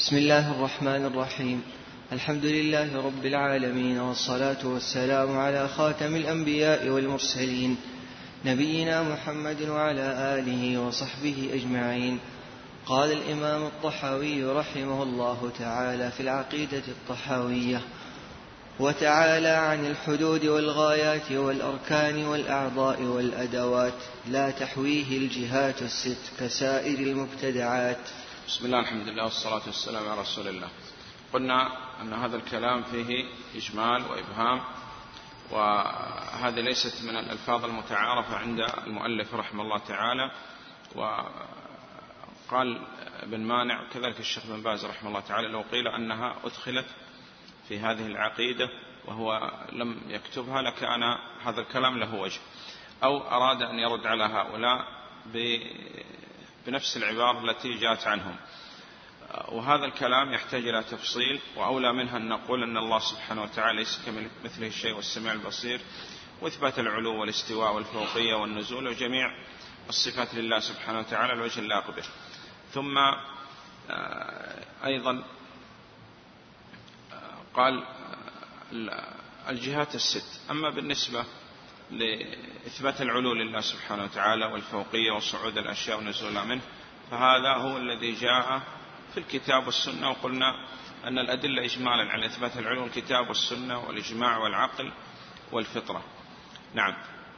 بسم الله الرحمن الرحيم. الحمد لله رب العالمين، والصلاة والسلام على خاتم الأنبياء والمرسلين، نبينا محمد وعلى آله وصحبه أجمعين. قال الإمام الطحاوي رحمه الله تعالى في العقيدة الطحاوية: وتعالى عن الحدود والغايات والأركان والأعضاء والأدوات، لا تحويه الجهات الست كسائر المبتدعات. بسم الله، الحمد لله، والصلاة والسلام على رسول الله. قلنا أن هذا الكلام فيه إجمال وإبهام، وهذه ليست من الألفاظ المتعارفة عند المؤلف رحمه الله تعالى. وقال ابن مانع وكذلك الشيخ بن باز رحمه الله تعالى: لو قيل أنها أدخلت في هذه العقيدة وهو لم يكتبها لكان هذا الكلام له وجه، أو أراد أن يرد على هؤلاء بنفس العبارة التي جاءت عنهم. وهذا الكلام يحتاج إلى تفصيل، وأولى منها أن نقول أن الله سبحانه وتعالى ليس كمثله الشيء والسميع البصير، وإثبات العلو والاستواء والفوقية والنزول وجميع الصفات لله سبحانه وتعالى الوجه اللائق به. ثم أيضا قال الجهات الست. أما بالنسبة لإثبات العلو لله سبحانه وتعالى والفوقية وصعود الأشياء ونزولها منه، فهذا هو الذي جاء في الكتاب والسنة. وقلنا أن الأدلة إجمالا على إثبات العلو الكتاب والسنة والإجماع والعقل والفطرة. نعم.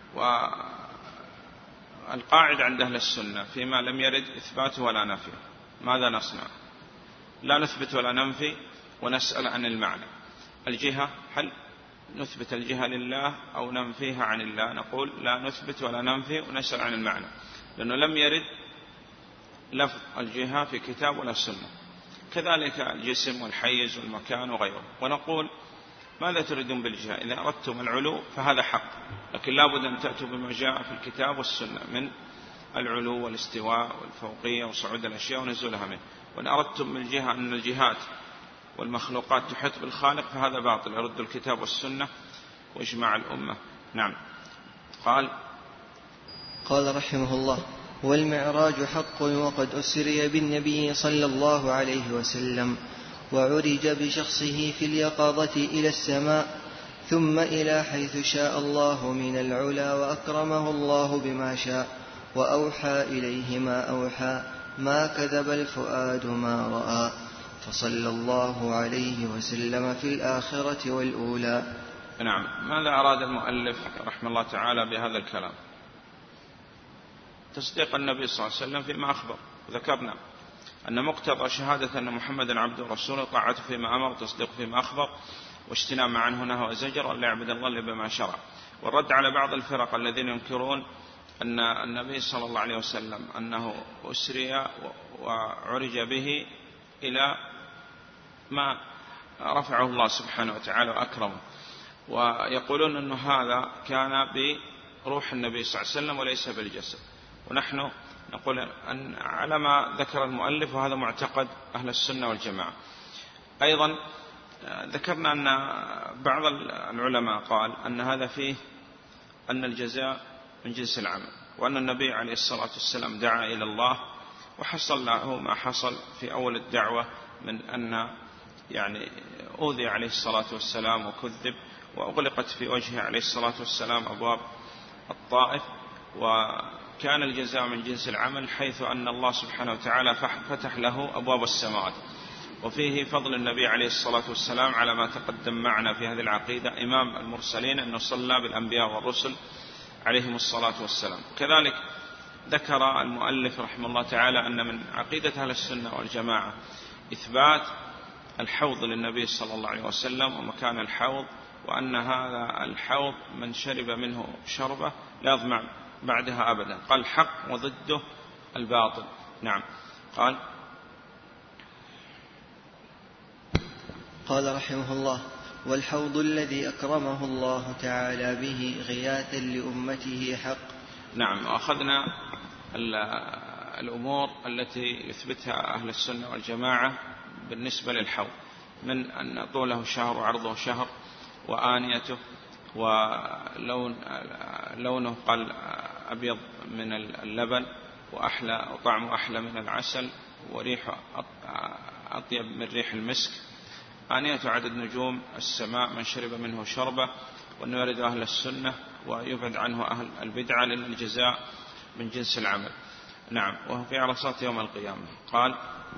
والقاعدة عند أهل السنة فيما لم يرد إثباته ولا نفيه ماذا نصنع؟ لا نثبت ولا ننفي، ونسأل عن المعنى. الجهة، هل نثبت الجهة لله أو ننفيها عن الله؟ نقول لا نثبت ولا ننفي ونسأل عن المعنى، لأنه لم يرد لفظ الجهة في كتاب ولا سنة. كذلك الجسم والحيز والمكان وغيره. ونقول ماذا تريدون بالجهة؟ إذا أردتم العلو فهذا حق، لكن لا بد أن تأتوا بما جاء في الكتاب والسنة من العلو والاستواء والفوقية وصعود الأشياء ونزولها منه. وإن أردتم من الجهة أن الجهات والمخلوقات تحيط بالخالق فهذا باطل، يرد الكتاب والسنة وإجماع الأمة. نعم. قال رحمه الله: والمعراج حق، وقد أسري بالنبي صلى الله عليه وسلم، وعرج بشخصه في اليقظة إلى السماء، ثم إلى حيث شاء الله من العلا، وأكرمه الله بما شاء، وأوحى إليه ما أوحى، ما كذب الفؤاد ما رأى، فصلى الله عليه وسلم في الآخرة والأولى. نعم. ماذا أراد المؤلف رحمه الله تعالى بهذا الكلام؟ تصديق النبي صلى الله عليه وسلم فيما أخبر. ذكرنا أن مقتضى شهادة أن محمدا عبده ورسوله طاعته فيما أمر، وتصديق فيما أخبر، واجتناب ما عنه نهى وزجر، وأن لا يعبد الله إلا بما شرع. والرد على بعض الفرق الذين ينكرون أن النبي صلى الله عليه وسلم أنه أسري وعرج به إلى ما رفعه الله سبحانه وتعالى وأكرمه، ويقولون أن هذا كان بروح النبي صلى الله عليه وسلم وليس بالجسد. ونحن نقول أن على ما ذكر المؤلف، وهذا معتقد أهل السنة والجماعة. أيضا ذكرنا أن بعض العلماء قال أن هذا فيه أن الجزاء من جنس العمل، وأن النبي عليه الصلاة والسلام دعا إلى الله وحصل له ما حصل في أول الدعوة من أن أوذي عليه الصلاة والسلام وكذب، وأغلقت في وجهه عليه الصلاة والسلام أبواب الطائف، وكان الجزاء من جنس العمل، حيث أن الله سبحانه وتعالى فتح له أبواب السماوات. وفيه فضل النبي عليه الصلاة والسلام على ما تقدم معنا في هذه العقيدة، إمام المرسلين، أنه صلى بالأنبياء والرسل عليهم الصلاة والسلام. كذلك ذكر المؤلف رحمه الله تعالى أن من عقيدة أهل السنة والجماعة إثبات الحوض للنبي صلى الله عليه وسلم ومكان الحوض، وأن هذا الحوض من شرب منه شربة لا يظمأ بعدها أبدا. قال الحق وضده الباطل. نعم. قال رحمه الله: والحوض الذي أكرمه الله تعالى به غياثا لأمته حق. نعم. وأخذنا الأمور التي يثبتها أهل السنة والجماعة بالنسبة للحوض، من أن طوله شهر وعرضه شهر، وآنيته ولونه قال أبيض من اللبن، وطعمه أحلى من العسل، وريحه أطيب من ريح المسك، آنية عدد نجوم السماء، من شرب منه شربة، وأنه يرد أهل السنة ويبعد عنه أهل البدعة، لأن الجزاء من جنس العمل. نعم. وهو في عرصات يوم القيامة. قال: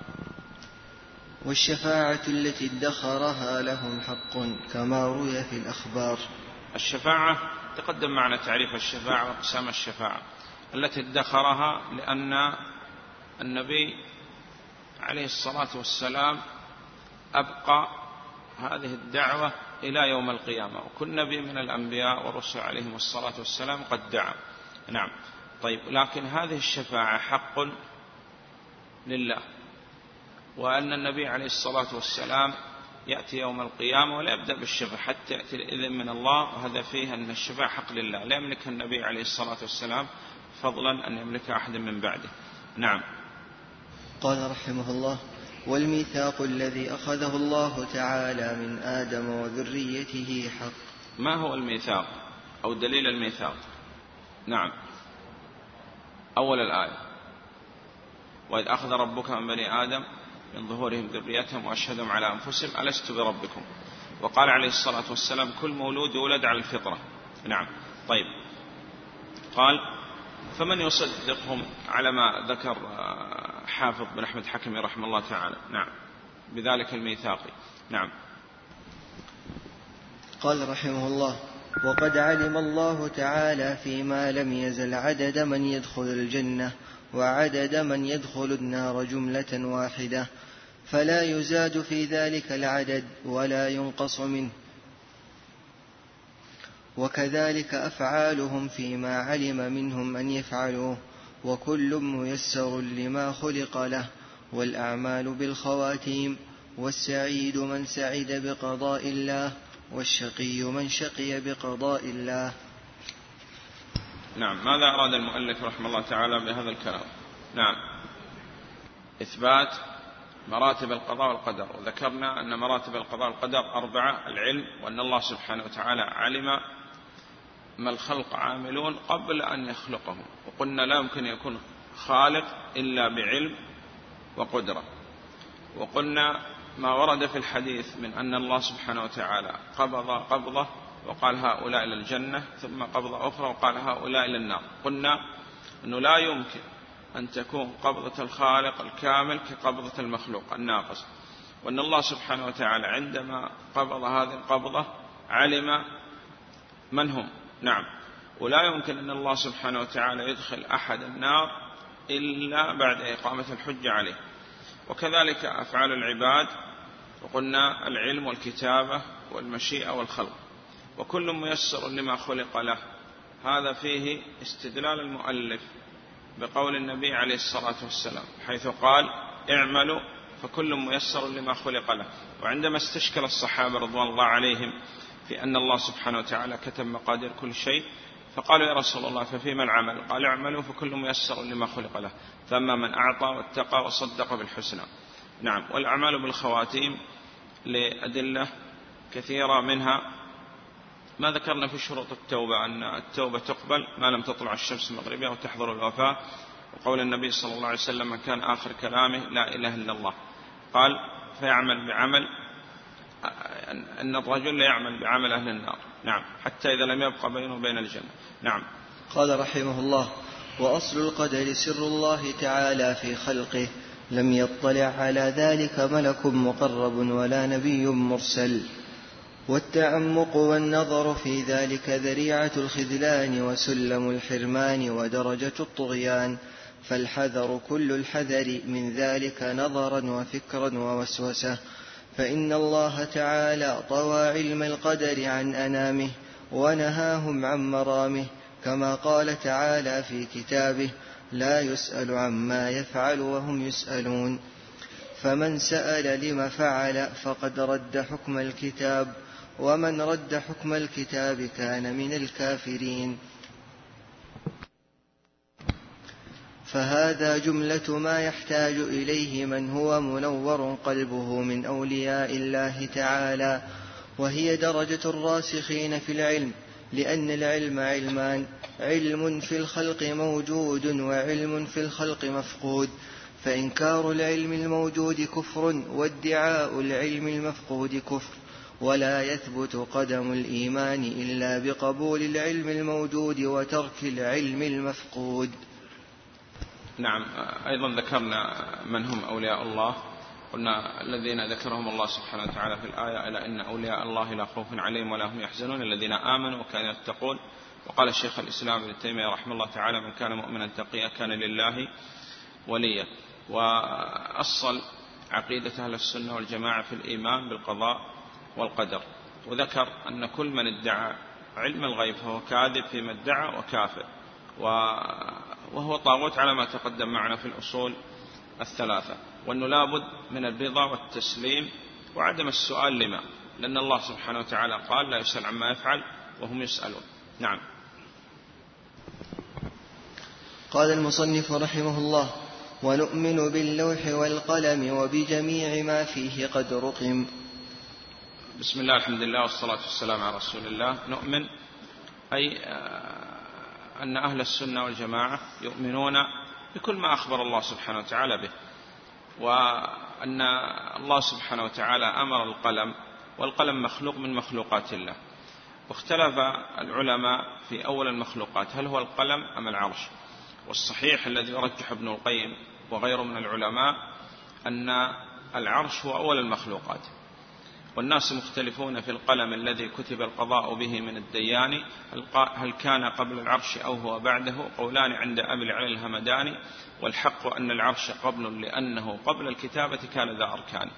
والشفاعة التي ادخرها لهم حق كما روي في الأخبار. الشفاعة تقدم معنا تعريف الشفاعة وأقسام الشفاعة التي ادخرها، لأن النبي عليه الصلاة والسلام أبقى هذه الدعوة إلى يوم القيامة، وكل نبي من الأنبياء والرسل عليهم الصلاة والسلام قد دعا. نعم. طيب، لكن هذه الشفاعة حق لله، وأن النبي عليه الصلاة والسلام يأتي يوم القيامة ولا يبدأ بالشفاعة حتى يأتي الإذن من الله، وهذا فيه أن الشفاعة حق لله، لا يملك النبي عليه الصلاة والسلام فضلا أن يملك أحد من بعده. نعم. قال رحمه الله: والميثاق الذي أخذه الله تعالى من آدم وذريته حق. ما هو الميثاق أو دليل الميثاق؟ نعم. أول الآية: وإذ أخذ ربك من بني آدم من ظهورهم ذريتهم وأشهدهم على أنفسهم ألست بربكم. وقال عليه الصلاة والسلام: كل مولود يولد على الفطرة. نعم. طيب، قال: فمن يصدقهم على ما ذكر حافظ بن أحمد حكمي رحمه الله تعالى. نعم. بذلك الميثاق. نعم. قال رحمه الله: وقد علم الله تعالى فيما لم يزل عدد من يدخل الجنة وعدد من يدخل النار جملة واحدة، فلا يزاد في ذلك العدد ولا ينقص منه، وكذلك أفعالهم فيما علم منهم أن يفعلوه، وكل ميسر لما خلق له، والأعمال بالخواتيم، والسعيد من سعد بقضاء الله، والشقي من شقي بقضاء الله. نعم. ماذا أراد المؤلف رحمه الله تعالى بهذا الكلام؟ نعم. إثبات مراتب القضاء والقدر، وذكرنا أن مراتب القضاء والقدر 4: العلم، وأن الله سبحانه وتعالى علم ما الخلق عاملون قبل أن يخلقهم، وقلنا لا يمكن يكون خالق إلا بعلم وقدرة. وقلنا ما ورد في الحديث من أن الله سبحانه وتعالى قبض قبضة وقال هؤلاء إلى الجنة، ثم قبضة أخرى وقال هؤلاء إلى النار. قلنا أنه لا يمكن أن تكون قبضة الخالق الكامل كقبضة المخلوق الناقص، وأن الله سبحانه وتعالى عندما قبض هذه القبضة علم من هم. نعم. ولا يمكن أن الله سبحانه وتعالى يدخل أحد النار إلا بعد إقامة الحجة عليه. وكذلك أفعال العباد، وقلنا العلم والكتابة والمشيئة والخلق، وكل ميسر لما خلق له. هذا فيه استدلال المؤلف بقول النبي عليه الصلاة والسلام حيث قال: اعملوا فكل ميسر لما خلق له. وعندما استشكل الصحابة رضوان الله عليهم في أن الله سبحانه وتعالى كتب مقادير كل شيء، فقالوا: يا رسول الله ففيما العمل؟ قال: اعملوا فكل ميسر لما خلق له، فأما من أعطى واتقى وصدق بالحسنى. نعم. والأعمال بالخواتيم لأدلة كثيرة، منها ما ذكرنا في شروط التوبة أن التوبة تقبل ما لم تطلع الشمس المغربية وتحضر الوفاة، وقول النبي صلى الله عليه وسلم: من كان آخر كلامه لا إله إلا الله. قال: فيعمل بعمل أن الرجل لا يعمل بعمل أهل النار. نعم. حتى إذا لم يبقى بينه وبين الجنة. نعم. قال رحمه الله: وأصل القدر سر الله تعالى في خلقه، لم يطلع على ذلك ملك مقرب ولا نبي مرسل، والتعمق والنظر في ذلك ذريعة الخذلان وسلم الحرمان ودرجة الطغيان، فالحذر كل الحذر من ذلك نظرا وفكرا ووسوسة، فإن الله تعالى طوى علم القدر عن أنامه ونهاهم عن مرامه، كما قال تعالى في كتابه: لا يسأل عما يفعل وهم يسألون. فمن سأل لما فعل فقد رد حكم الكتاب، ومن رد حكم الكتاب كان من الكافرين. فهذا جملة ما يحتاج إليه من هو منور قلبه من أولياء الله تعالى، وهي درجة الراسخين في العلم، لأن العلم علمان: علم في الخلق موجود وعلم في الخلق مفقود، فإنكار العلم الموجود كفر، وادعاء العلم المفقود كفر، ولا يثبت قدم الإيمان إلا بقبول العلم الموجود وترك العلم المفقود. نعم. أيضا ذكرنا من هم أولياء الله، قلنا الذين ذكرهم الله سبحانه وتعالى في الآية: ألا إن أولياء الله لا خوف عليهم ولا هم يحزنون الذين آمنوا وكانوا يتقون. وقال الشيخ الإسلام ابن تيمية رحمه الله تعالى: من كان مؤمنا تقيا كان لله وليا. وأصل عقيدة أهل السنة والجماعة في الإيمان بالقضاء والقدر، وذكر أن كل من ادعى علم الغيب فهو كاذب فيما ادعى وكافر، وهو طاغوت على ما تقدم معنا في الأصول الثلاثة، وأنه لابد من الرضا والتسليم وعدم السؤال لما، لأن الله سبحانه وتعالى قال: لا يسأل عما يفعل وهم يسألون. نعم. قال المصنف رحمه الله: ونؤمن باللوح والقلم وبجميع ما فيه قد رقم. بسم الله، الحمد لله، والصلاة والسلام على رسول الله. نؤمن أي أن أهل السنة والجماعة يؤمنون بكل ما أخبر الله سبحانه وتعالى به، وأن الله سبحانه وتعالى أمر القلم، والقلم مخلوق من مخلوقات الله. واختلف العلماء في أول المخلوقات هل هو القلم أم العرش، والصحيح الذي يرجح ابن القيم وغيره من العلماء أن العرش هو أول المخلوقات. والناس مختلفون في القلم الذي كتب القضاء به من الديان، هل كان قبل العرش أو هو بعده؟ قولان عند أبي العلي الهمداني، والحق أن العرش قبل، لأنه قبل الكتابة كان ذا أركان.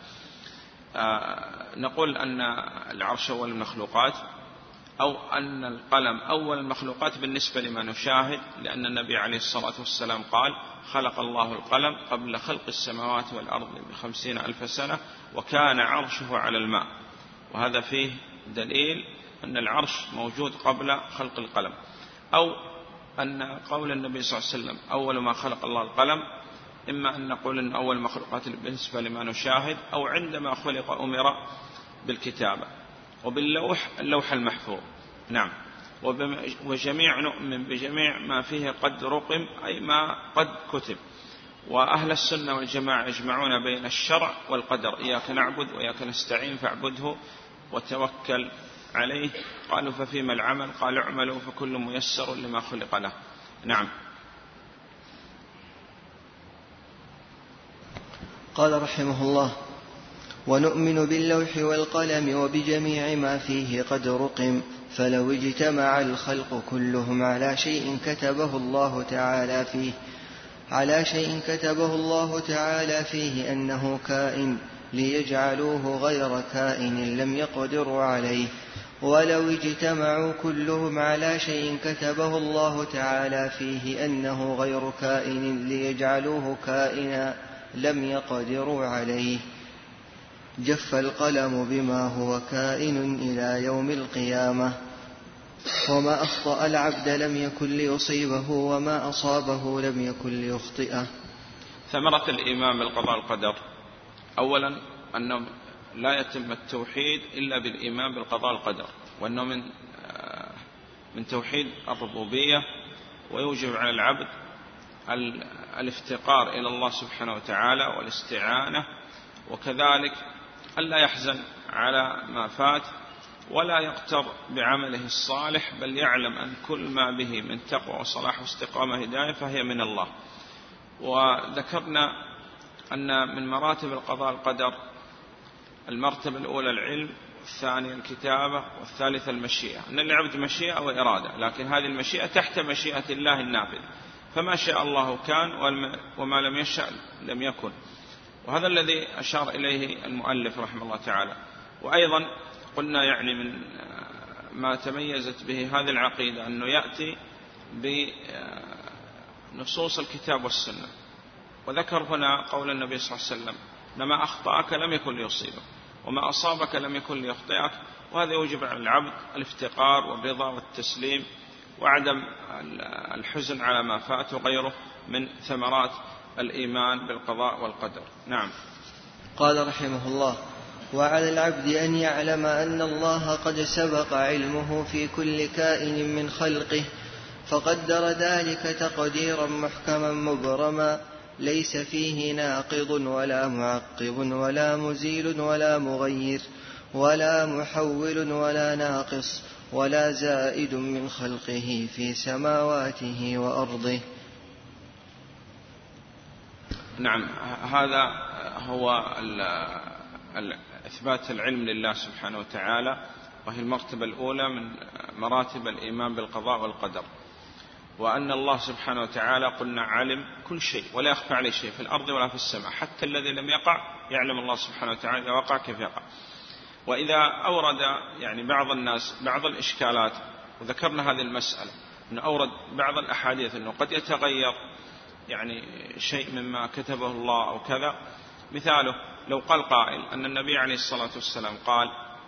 نقول أن العرش أول المخلوقات، أو أن القلم أول المخلوقات بالنسبة لما نشاهد، لأن النبي عليه الصلاة والسلام قال: خلق الله القلم قبل خلق السماوات والأرض ب50,000 سنة وكان عرشه على الماء. وهذا فيه دليل أن العرش موجود قبل خلق القلم. أو أن قول النبي صلى الله عليه وسلم أول ما خلق الله القلم، إما أن نقول أن أول المخلوقات بالنسبة لما نشاهد، أو عندما خلق أمر بالكتابة. وباللوح اللوح المحفوظ. نعم. وجميع نؤمن بجميع ما فيه قد رقم، أي ما قد كتب. وأهل السنة والجماعة يجمعون بين الشرع والقدر: إياك نعبد وإياك نستعين فاعبده وتوكل عليه. قالوا: ففيما العمل؟ قال: اعملوا فكل ميسر لما خلق له. نعم. قال رحمه الله: ونؤمن باللوح والقلم وبجميع ما فيه قد رقم، فلو اجتمع الخلق كلهم على شيء كتبه الله تعالى فيه أنه كائن ليجعلوه غير كائن لم يقدروا عليه، ولو اجتمعوا كلهم على شيء كتبه الله تعالى فيه أنه غير كائن ليجعلوه كائنا لم يقدروا عليه، جف القلم بما هو كائن إلى يوم القيامة، وما أخطأ العبد لم يكن ليصيبه وما أصابه لم يكن ليخطئه. ثمرة الإيمان بالقضاء والقدر: أولا أنه لا يتم التوحيد إلا بالإيمان بالقضاء والقدر، وأنه من توحيد الربوبية، ويوجب على العبد الافتقار إلى الله سبحانه وتعالى والاستعانة، وكذلك ألا يحزن على ما فات ولا يقتر بعمله الصالح، بل يعلم أن كل ما به من تقوى وصلاح واستقامة هداية فهي من الله. وذكرنا أن من مراتب القضاء والقدر المرتبة الأولى العلم، الثانية الكتابة، والثالثة المشيئة. أن العبد مشيئة وإرادة، لكن هذه المشيئة تحت مشيئة الله النافذ، فما شاء الله كان وما لم يشأ لم يكن. وهذا الذي أشار إليه المؤلف رحمه الله تعالى. وأيضا قلنا يعني من ما تميزت به هذه العقيدة أنه يأتي بنصوص الكتاب والسنة، وذكر هنا قول النبي صلى الله عليه وسلم: لما أخطأك لم يكن ليصيبك وما أصابك لم يكن ليخطئك. وهذا يوجب على العبد الافتقار والرضا والتسليم وعدم الحزن على ما فات وغيره من ثمرات الإيمان بالقضاء والقدر. نعم. قال رحمه الله: وعلى العبد أن يعلم أن الله قد سبق علمه في كل كائن من خلقه، فقدر ذلك تقديرا محكما مبرما، ليس فيه ناقض ولا معقب ولا مزيل ولا مغير ولا محول ولا ناقص ولا زائد من خلقه في سماواته وأرضه. نعم، هذا هو إثبات العلم لله سبحانه وتعالى، وهي المرتبة الأولى من مراتب الإيمان بالقضاء والقدر، وأن الله سبحانه وتعالى قلنا علم كل شيء ولا يخفى عليه شيء في الأرض ولا في السماء، حتى الذي لم يقع يعلم الله سبحانه وتعالى إذا وقع كيف يقع. وإذا أورد يعني بعض الناس بعض الإشكالات، وذكرنا هذه المسألة أنه أورد بعض الأحاديث أنه قد يتغير يعني شيء مما كتبه الله أو كذا، مثاله لو قال قائل أن النبي عليه الصلاة والسلام قال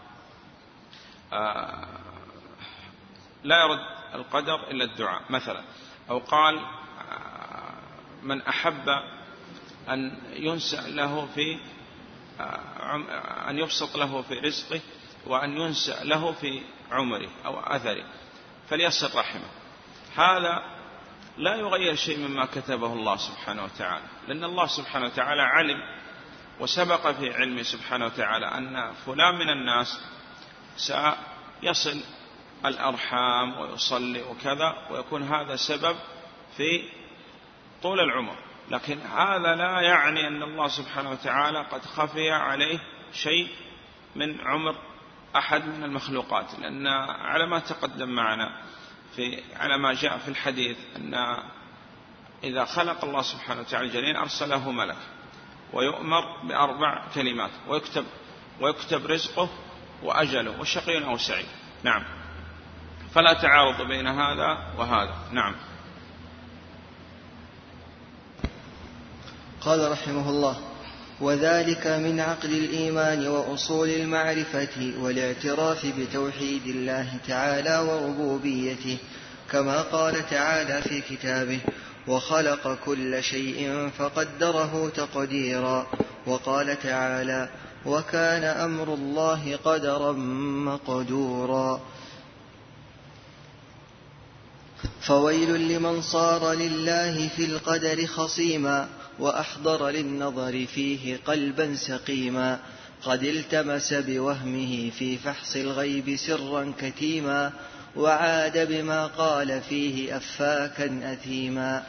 لا يرد القدر إلا الدعاء مثلا، أو قال من أحب أن ينسأ له في أن يبسط له في رزقه وأن ينسأ له في عمره أو أثره فليصل رحمه، هذا لا يغير شيء مما كتبه الله سبحانه وتعالى، لأن الله سبحانه وتعالى علم وسبق في علمه سبحانه وتعالى أن فلان من الناس سيصل الأرحام ويصلي وكذا، ويكون هذا سبب في طول العمر، لكن هذا لا يعني أن الله سبحانه وتعالى قد خفي عليه شيء من عمر أحد من المخلوقات، لأن على ما تقدم معنا على ما جاء في الحديث أن إذا خلق الله سبحانه وتعالى الجنين أرسله ملك ويؤمر ب4 كلمات ويكتب رزقه وأجله وشقي أو سعيد. نعم، فلا تعارض بين هذا وهذا. نعم. قال رحمه الله: وذلك من عقد الإيمان وأصول المعرفة والاعتراف بتوحيد الله تعالى وربوبيته، كما قال تعالى في كتابه: وخلق كل شيء فقدره تقديرا. وقال تعالى: وكان أمر الله قدرا مقدورا. فويل لمن صار لله في القدر خصيما وأحضر للنظر فيه قلبا سقيما، قد التمس بوهمه في فحص الغيب سرا كتيما، وعاد بما قال فيه أفاكا أثيما.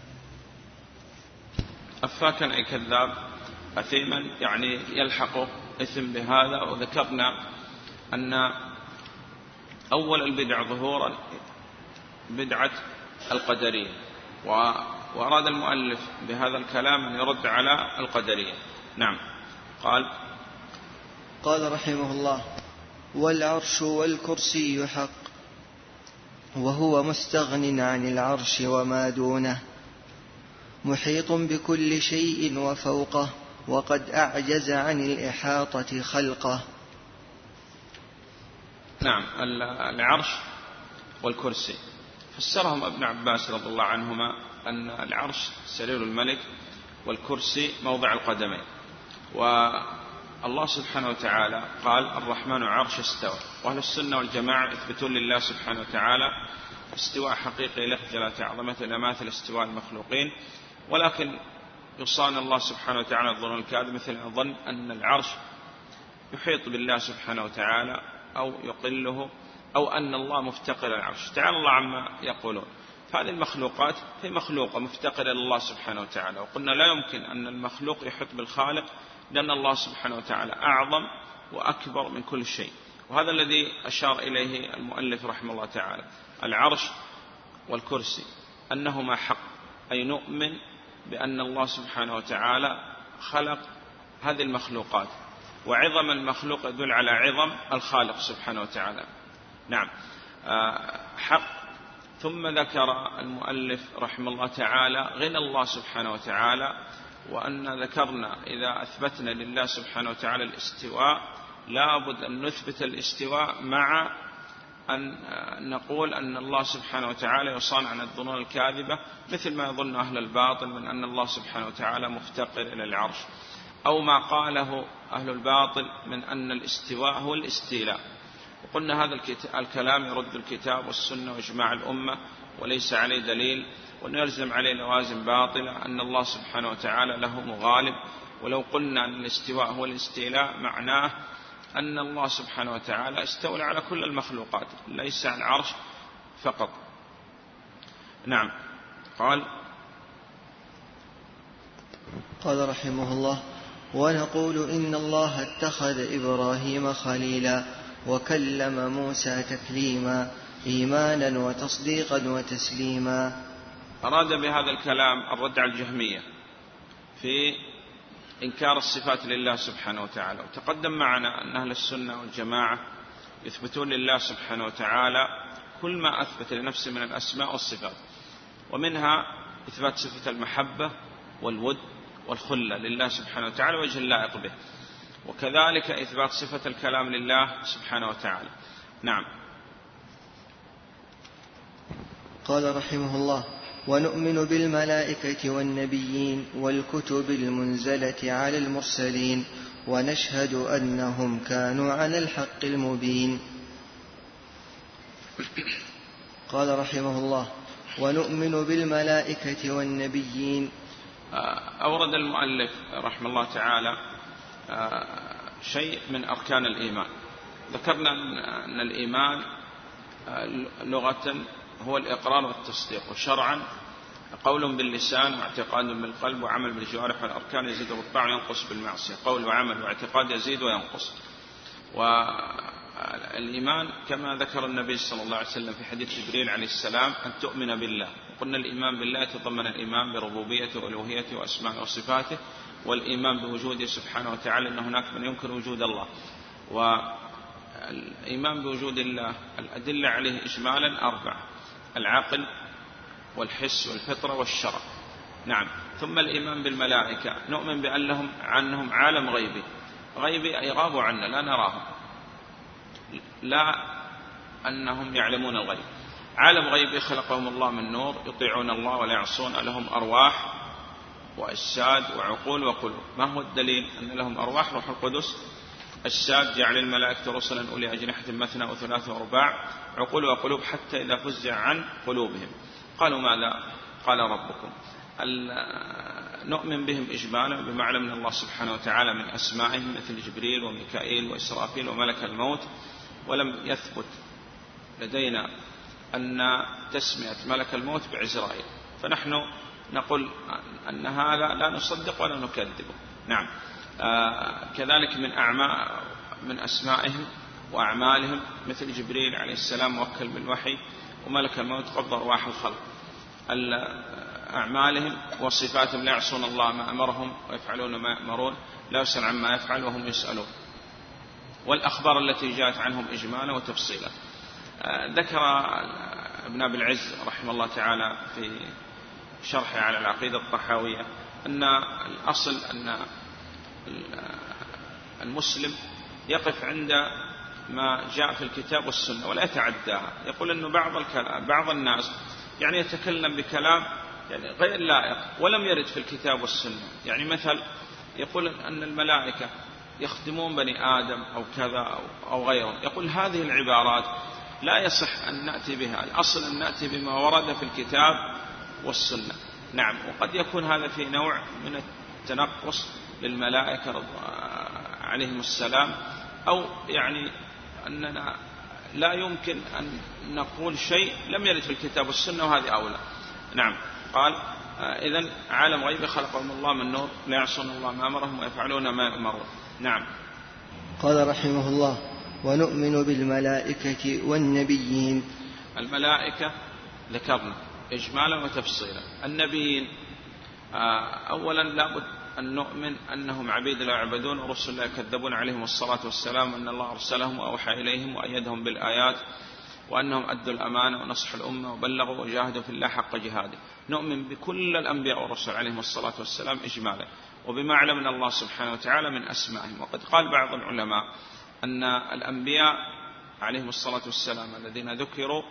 أفاكا أي كذاب، أثيما يعني يلحقه إثم بهذا. وذكرنا أن أول البدع ظهورا بدعة القدرية، وأراد المؤلف بهذا الكلام أن يرد على القدرية. نعم. قال رحمه الله: والعرش والكرسي حق، وهو مستغن عن العرش وما دونه، محيط بكل شيء وفوقه، وقد أعجز عن الإحاطة خلقه. نعم، العرش والكرسي فسرهم ابن عباس رضي الله عنهما أن العرش سرير الملك والكرسي موضع القدمين. والله سبحانه وتعالى قال: الرحمن عرش استوى. وأهل السنة والجماعة يثبتون لله سبحانه وتعالى استواء حقيقي له جل عظمته لا ماثل استواء المخلوقين، ولكن يصان الله سبحانه وتعالى الظن الكاذب، مثل الظن أن العرش يحيط بالله سبحانه وتعالى أو يقله، أو أن الله مفتقر العرش. تعالى الله عما يقولون. فهذه المخلوقات هي مخلوقة مفتقرة لله سبحانه وتعالى، وقلنا لا يمكن أن المخلوق يحيط بالخالق، لأن الله سبحانه وتعالى أعظم وأكبر من كل شيء. وهذا الذي أشار إليه المؤلف رحمه الله تعالى: العرش والكرسي أنهما حق، أي نؤمن بأن الله سبحانه وتعالى خلق هذه المخلوقات، وعظم المخلوق يدل على عظم الخالق سبحانه وتعالى. نعم، حق. ثم ذكر المؤلف رحمه الله تعالى غنى الله سبحانه وتعالى، وأن ذكرنا إذا أثبتنا لله سبحانه وتعالى الاستواء لابد أن نثبت الاستواء مع أن نقول أن الله سبحانه وتعالى يصان عن الظنون الكاذبة، مثل ما يظن أهل الباطل من أن الله سبحانه وتعالى مفتقر إلى العرش، أو ما قاله أهل الباطل من أن الاستواء هو الاستيلاء. وقلنا هذا الكلام يرد الكتاب والسنة وإجماع الأمة وليس عليه دليل، وأن يلزم عليه لوازم باطلة، أن الله سبحانه وتعالى له مغالب. ولو قلنا أن الاستواء هو الاستيلاء معناه أن الله سبحانه وتعالى استولى على كل المخلوقات ليس على العرش فقط. نعم. قال رحمه الله: ونقول إن الله اتخذ إبراهيم خليلا وكلم موسى تكليما إيمانا وتصديقا وتسليما. أراد بهذا الكلام الرد على الجهمية في إنكار الصفات لله سبحانه وتعالى. وتقدم معنا أن أهل السنة والجماعة يثبتون لله سبحانه وتعالى كل ما أثبت لنفسه من الأسماء والصفات، ومنها إثبات صفة المحبة والود والخلة لله سبحانه وتعالى وجه اللائق به، وكذلك إثبات صفة الكلام لله سبحانه وتعالى. نعم. قال رحمه الله: ونؤمن بالملائكة والنبيين والكتب المنزلة على المرسلين ونشهد أنهم كانوا على الحق المبين. قال رحمه الله: ونؤمن بالملائكة والنبيين. أورد المؤلف رحمه الله تعالى شيء من أركان الإيمان. ذكرنا أن الإيمان لغة هو الإقرار والتصديق، وشرعا قول باللسان واعتقاد بالقلب وعمل بالجوارح، والأركان يزيد بالطاعة وينقص بالمعصية. قول وعمل واعتقاد يزيد وينقص. والإيمان كما ذكر النبي صلى الله عليه وسلم في حديث جبريل عليه السلام أن تؤمن بالله. وقلنا الإيمان بالله يتضمن الإيمان بربوبيته وألوهيته وأسمائه وصفاته، والإيمان بوجوده سبحانه وتعالى، أن هناك من ينكر وجود الله. والإيمان بوجود الله الأدلة عليه إجمالا 4: العقل والحس والفطرة والشرع. نعم. ثم الإيمان بالملائكة، نؤمن بأن لهم عنهم عالم غيبي أي غابوا عنا لا نراهم، لا أنهم يعلمون الغيب. عالم غيبي خلقهم الله من نور يطيعون الله ولا يعصون، لهم أرواح وأجساد وعقول وقلوب. ما هو الدليل أن لهم أرواح؟ روح القدس. أجساد جعل الملائكة رسلا أولي أجنحة مثنى وثلاث ورباع. عقول وقلوب حتى إذا فزع عن قلوبهم قالوا ماذا قال ربكم. نؤمن بهم إجمالا بما علمنا الله سبحانه وتعالى من أسمائهم، مثل جبريل وميكائيل وإسرافيل وملك الموت. ولم يثبت لدينا أن تسمية ملك الموت بعزرائيل، فنحن نقول أن هذا لا نصدق ولا نكذبه. نعم. كذلك من أسمائهم وأعمالهم، مثل جبريل عليه السلام موكل بالوحي، وملك الموت قبض أرواح الخلق. أعمالهم وصفاتهم: لا يعصون الله ما أمرهم ويفعلون ما يأمرون، لا يسأل عما يفعل وهم يسألون. والأخبار التي جاءت عنهم إجمالا وتفصيلا. ذكر ابن أبي العز رحمه الله تعالى في شرحه على العقيدة الطحاوية أن الأصل أن المسلم يقف عند ما جاء في الكتاب والسنة ولا يتعداها. يقول أنه بعض الناس يعني يتكلم بكلام يعني غير لائق ولم يرد في الكتاب والسنة. يعني مثل يقول أن الملائكة يخدمون بني آدم أو كذا أو غيره، يقول هذه العبارات لا يصح أن نأتي بها. الأصل أن نأتي بما ورد في الكتاب والسنة. نعم. وقد يكون هذا في نوع من التنقص للملائكة عليهم السلام، أو يعني أننا لا يمكن أن نقول شيء لم يرد في الكتاب والسنة، وهذه أولى. نعم. قال: إذن عالم غيبي خلقهم الله من نور لا يعصون الله ما أمرهم ويفعلون ما يأمرون. نعم. قال رحمه الله: ونؤمن بالملائكة والنبيين. الملائكة ذكرنا إجمالا وتفصيلا. النبيين أولا لابد أن نؤمن أنهم عبيد لا يعبدون ورسل لا يكذبون عليهم الصلاة والسلام، وأن الله أرسلهم وأوحى إليهم وأيدهم بالآيات، وأنهم أدوا الأمانة ونصح الأمة وبلغوا وجاهدوا في الله حق جهاده. نؤمن بكل الأنبياء والرسل عليهم الصلاة والسلام إجمالا، وبما علمنا الله سبحانه وتعالى من أسمائهم. وقد قال بعض العلماء أن الأنبياء عليهم الصلاة والسلام الذين ذكروا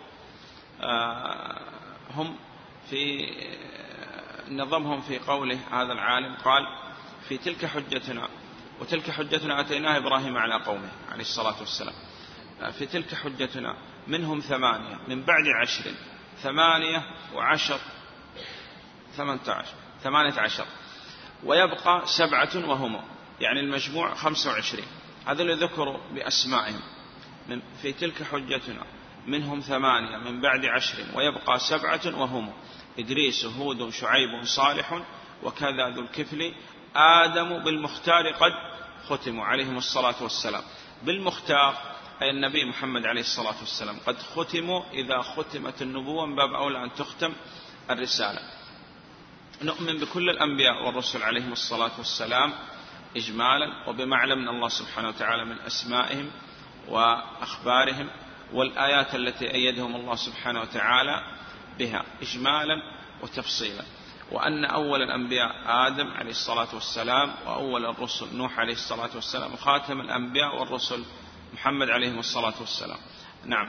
هم في نظمهم في قوله هذا العالم قال: في تلك حجتنا وتلك حجتنا أتيناها إبراهيم على قومه عليه الصلاة والسلام. في تلك حجتنا منهم 8 من بعد 10 8 و10 18 ويبقى 7 وهم، يعني المجموع 25. هذا اللي ذكروا بأسمائهم في تلك حجتنا منهم 8 من بعد 10 ويبقى 7 وهم إدريس هود شعيب صالح وكذا ذو الكفل آدم بالمختار قد ختموا عليهم الصلاة والسلام. بالمختار أي النبي محمد عليه الصلاة والسلام قد ختموا، إذا ختمت النبوة من باب أولى أن تختم الرسالة. نؤمن بكل الأنبياء والرسل عليهم الصلاة والسلام إجمالا وبما علمنا الله سبحانه وتعالى من أسمائهم وأخبارهم والآيات التي أيدهم الله سبحانه وتعالى بها إجمالا وتفصيلا، وأن أول الأنبياء آدم عليه الصلاة والسلام، وأول الرسل نوح عليه الصلاة والسلام، وخاتم الأنبياء والرسل محمد عليه الصلاة والسلام. نعم.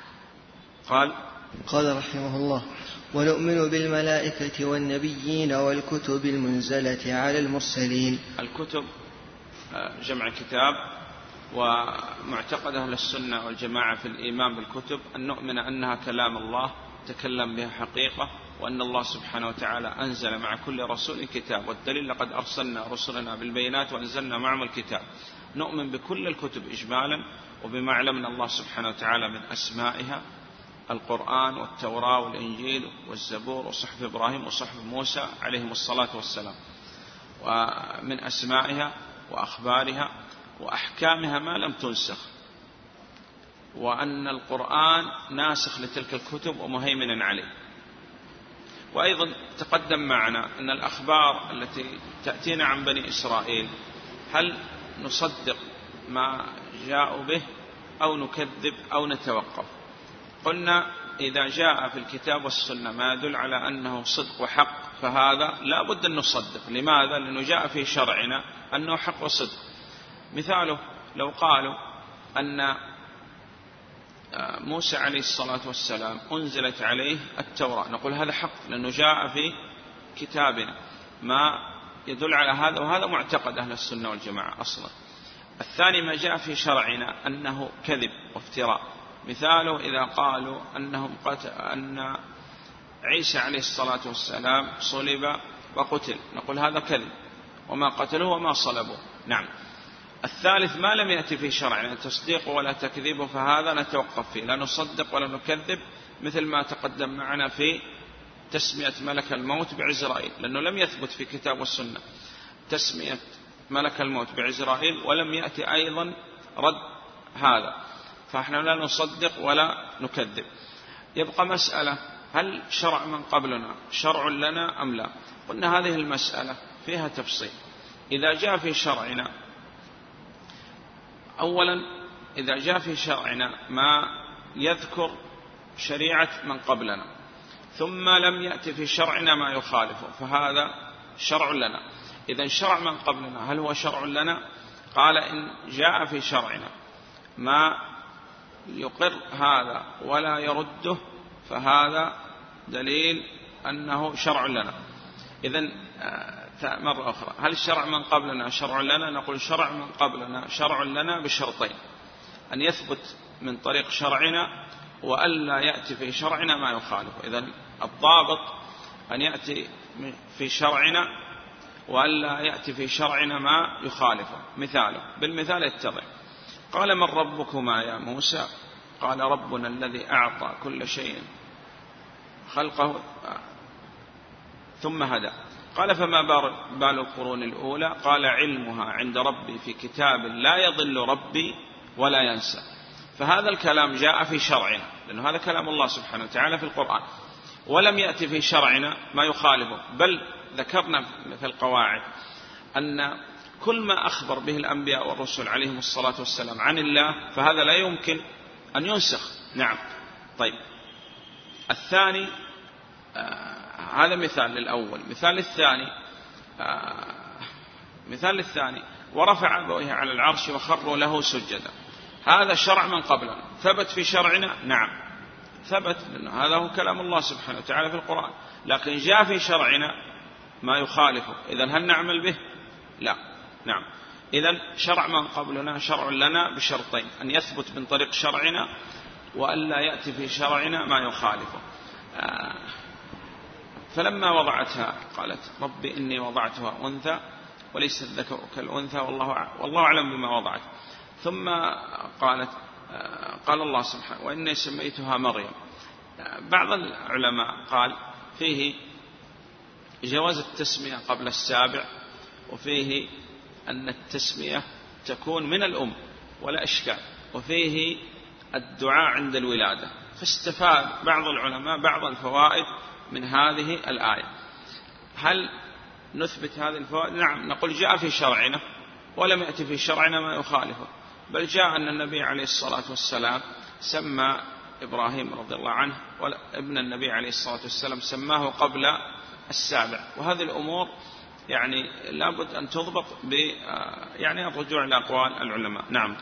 قال رحمه الله: ونؤمن بالملائكة والنبيين والكتب المنزلة على المرسلين. الكتب جمع كتاب، ومعتقد أهل السنة والجماعة في الإيمان بالكتب أن نؤمن أنها كلام الله تكلم بها حقيقة، وأن الله سبحانه وتعالى أنزل مع كل رسول كتاب، والدليل لقد أرسلنا رسلنا بالبينات وأنزلنا معهم الكتاب. نؤمن بكل الكتب إجمالا وبما علمنا الله سبحانه وتعالى من أسمائها، القرآن والتوراة والإنجيل والزبور وصحف إبراهيم وصحف موسى عليهم الصلاة والسلام، ومن أسمائها وأخبارها وأحكامها ما لم تنسخ، وأن القرآن ناسخ لتلك الكتب ومهيمن عليه. وأيضا تقدم معنا أن الأخبار التي تأتينا عن بني إسرائيل هل نصدق ما جاءوا به أو نكذب أو نتوقف؟ قلنا إذا جاء في الكتاب والسنة ما يدل على أنه صدق وحق فهذا لا بد أن نصدق. لماذا؟ لأنه جاء في شرعنا أنه حق وصدق. مثاله لو قالوا أن موسى عليه الصلاة والسلام أنزلت عليه التوراة، نقول هذا حق لأنه جاء في كتابنا ما يدل على هذا، وهذا معتقد أهل السنة والجماعة أصلا. الثاني ما جاء في شرعنا أنه كذب وافتراء. مثاله إذا قالوا أن عيسى عليه الصلاة والسلام صلب وقتل، نقول هذا كذب وما قتلوه وما صلبوه. نعم. الثالث ما لم يأتي في شرعنا تصديق ولا تكذيب فهذا نتوقف فيه، لا نصدق ولا نكذب، مثل ما تقدم معنا في تسمية ملك الموت بعزرائيل، لأنه لم يثبت في كتاب والسنة تسمية ملك الموت بعزرائيل، ولم يأتي أيضا رد هذا، فإحنا لا نصدق ولا نكذب. يبقى مسألة هل شرع من قبلنا شرع لنا أم لا؟ قلنا هذه المسألة فيها تفصيل. إذا جاء في شرعنا، أولا إذا جاء في شرعنا ما يذكر شريعة من قبلنا ثم لم يأتي في شرعنا ما يخالفه فهذا شرع لنا. إذا شرع من قبلنا هل هو شرع لنا؟ قال إن جاء في شرعنا ما يقر هذا ولا يرده فهذا دليل أنه شرع لنا. إذن مرة أخرى، هل الشرع من قبلنا شرع لنا؟ نقول شرع من قبلنا شرع لنا بشرطين: أن يثبت من طريق شرعنا وألا يأتي في شرعنا ما يخالفه. إذن الضابط أن يأتي في شرعنا وألا يأتي في شرعنا ما يخالفه. مثاله بالمثال يتضح: قال من ربكما يا موسى؟ قال ربنا الذي أعطى كل شيء خلقه ثم هدى. قال فما بال القرون الأولى؟ قال علمها عند ربي في كتاب لا يضل ربي ولا ينسى. فهذا الكلام جاء في شرعنا لأنه هذا كلام الله سبحانه وتعالى في القرآن، ولم يأتي في شرعنا ما يخالفه، بل ذكرنا في القواعد أن كل ما أخبر به الأنبياء والرسل عليهم الصلاة والسلام عن الله فهذا لا يمكن أن ينسخ. نعم. طيب، الثاني هذا مثال للأول. مثال الثاني ورفع أبويه على العرش وخروا له سجدا. هذا شرع من قبلنا ثبت في شرعنا؟ نعم ثبت، لأن هذا هو كلام الله سبحانه وتعالى في القرآن، لكن جاء في شرعنا ما يخالفه. إذن هل نعمل به؟ لا. نعم. إذن شرع من قبلنا شرع لنا بشرطين: أن يثبت من طريق شرعنا، وألا يأتي في شرعنا ما يخالفه. فلما وضعتها قالت: ربي إني وضعتها أنثى وليس الذكر كالأنثى والله أعلم بما وضعت. ثم قالت: قال الله سبحانه: وإني سميتها مريم. بعض العلماء قال فيه جواز التسمية قبل السابع، وفيه أن التسمية تكون من الأم ولا إشكال، وفيه الدعاء عند الولادة. فاستفاد بعض العلماء بعض الفوائد من هذه الآية. هل نثبت هذه الفوائد؟ نعم، نقول جاء في شرعنا ولم يأتي في شرعنا ما يخالفه، بل جاء أن النبي عليه الصلاة والسلام سمى إبراهيم رضي الله عنه ابن النبي عليه الصلاة والسلام سماه قبل السابع. وهذه الأمور يعني لابد أن تضبط يعني الرجوع لأقوال العلماء. نعم.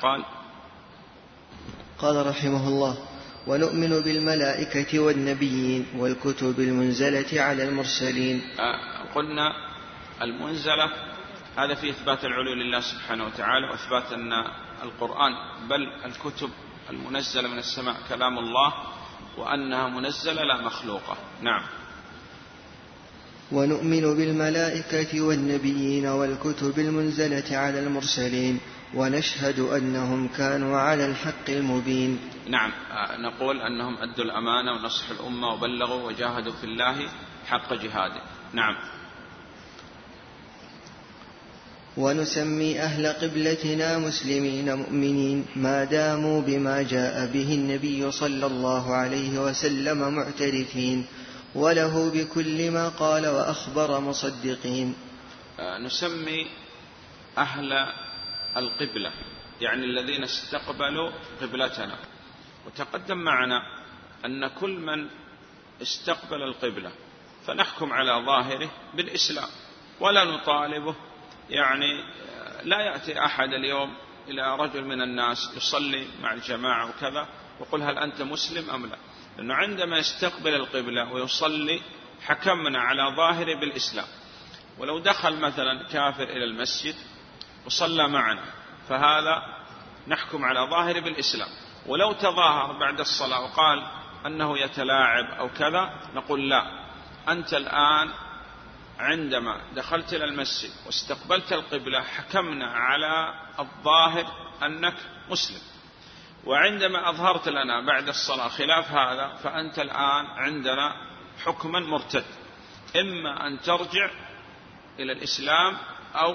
قال رحمه الله: ونؤمن بالملائكة والنبيين والكتب المنزلة على المرسلين. قلنا المنزلة هذا في إثبات العلو لله سبحانه وتعالى، وإثبات أن القرآن بل الكتب المنزلة من السماء كلام الله، وأنها منزلة لا مخلوقة. نعم. ونؤمن بالملائكة والنبيين والكتب المنزلة على المرسلين ونشهد أنهم كانوا على الحق المبين. نعم، نقول أنهم أدوا الأمانة ونصحوا الأمة وبلغوا وجاهدوا في الله حق جهاده. نعم. ونسمي أهل قبلتنا مسلمين مؤمنين ما داموا بما جاء به النبي صلى الله عليه وسلم معترفين، وله بكل ما قال وأخبر مصدقين. نسمي أهل القبلة يعني الذين استقبلوا قبلتنا، وتقدم معنا أن كل من استقبل القبلة فنحكم على ظاهره بالإسلام ولا نطالبه. يعني لا يأتي أحد اليوم إلى رجل من الناس يصلي مع الجماعة وكذا وقل هل أنت مسلم أم لا، لأنه عندما يستقبل القبلة ويصلي حكمنا على ظاهره بالإسلام. ولو دخل مثلا كافر إلى المسجد وصلى معنا فهذا نحكم على ظاهره بالإسلام. ولو تظاهر بعد الصلاة وقال أنه يتلاعب أو كذا نقول لا، أنت الآن عندما دخلت إلى المسجد واستقبلت القبلة حكمنا على الظاهر أنك مسلم، وعندما أظهرت لنا بعد الصلاة خلاف هذا فأنت الآن عندنا حكما مرتد، إما أن ترجع إلى الإسلام أو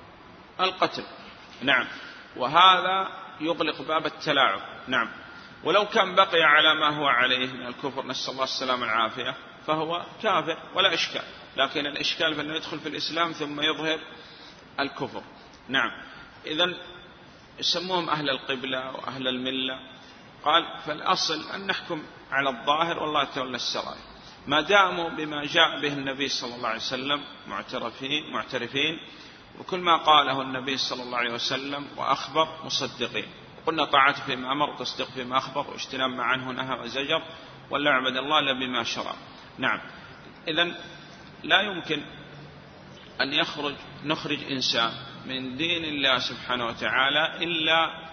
القتل. نعم. وهذا يغلق باب التلاعب. نعم. ولو كان بقي على ما هو عليه من الكفر نسأل الله السلامة والعافية فهو كافر ولا إشكال، لكن الإشكال في أنه يدخل في الإسلام ثم يظهر الكفر. نعم. إذن يسموهم أهل القبلة وأهل الملة. قال فالأصل أن نحكم على الظاهر والله تولى السرائر، ما داموا بما جاء به النبي صلى الله عليه وسلم معترفين، وكل ما قاله النبي صلى الله عليه وسلم وأخبر مصدقين. قلنا طاعته فيما أمر وتصديق فيما أخبر واجتناب ما عنه نهى وزجر، ولا يعبد الله إلا بما شرع. نعم. إذن لا يمكن أن نخرج إنسان من دين الله سبحانه وتعالى إلا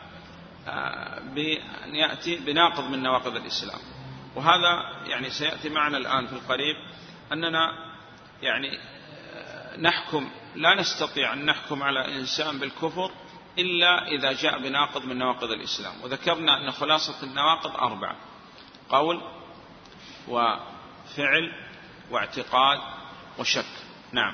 بأن يأتي بناقض من نواقض الإسلام. وهذا يعني سيأتي معنا الآن في القريب أننا يعني لا نستطيع أن نحكم على إنسان بالكفر إلا إذا جاء بناقض من نواقض الإسلام. وذكرنا أن خلاصة النواقض 4: قول وفعل واعتقاد وشك. نعم.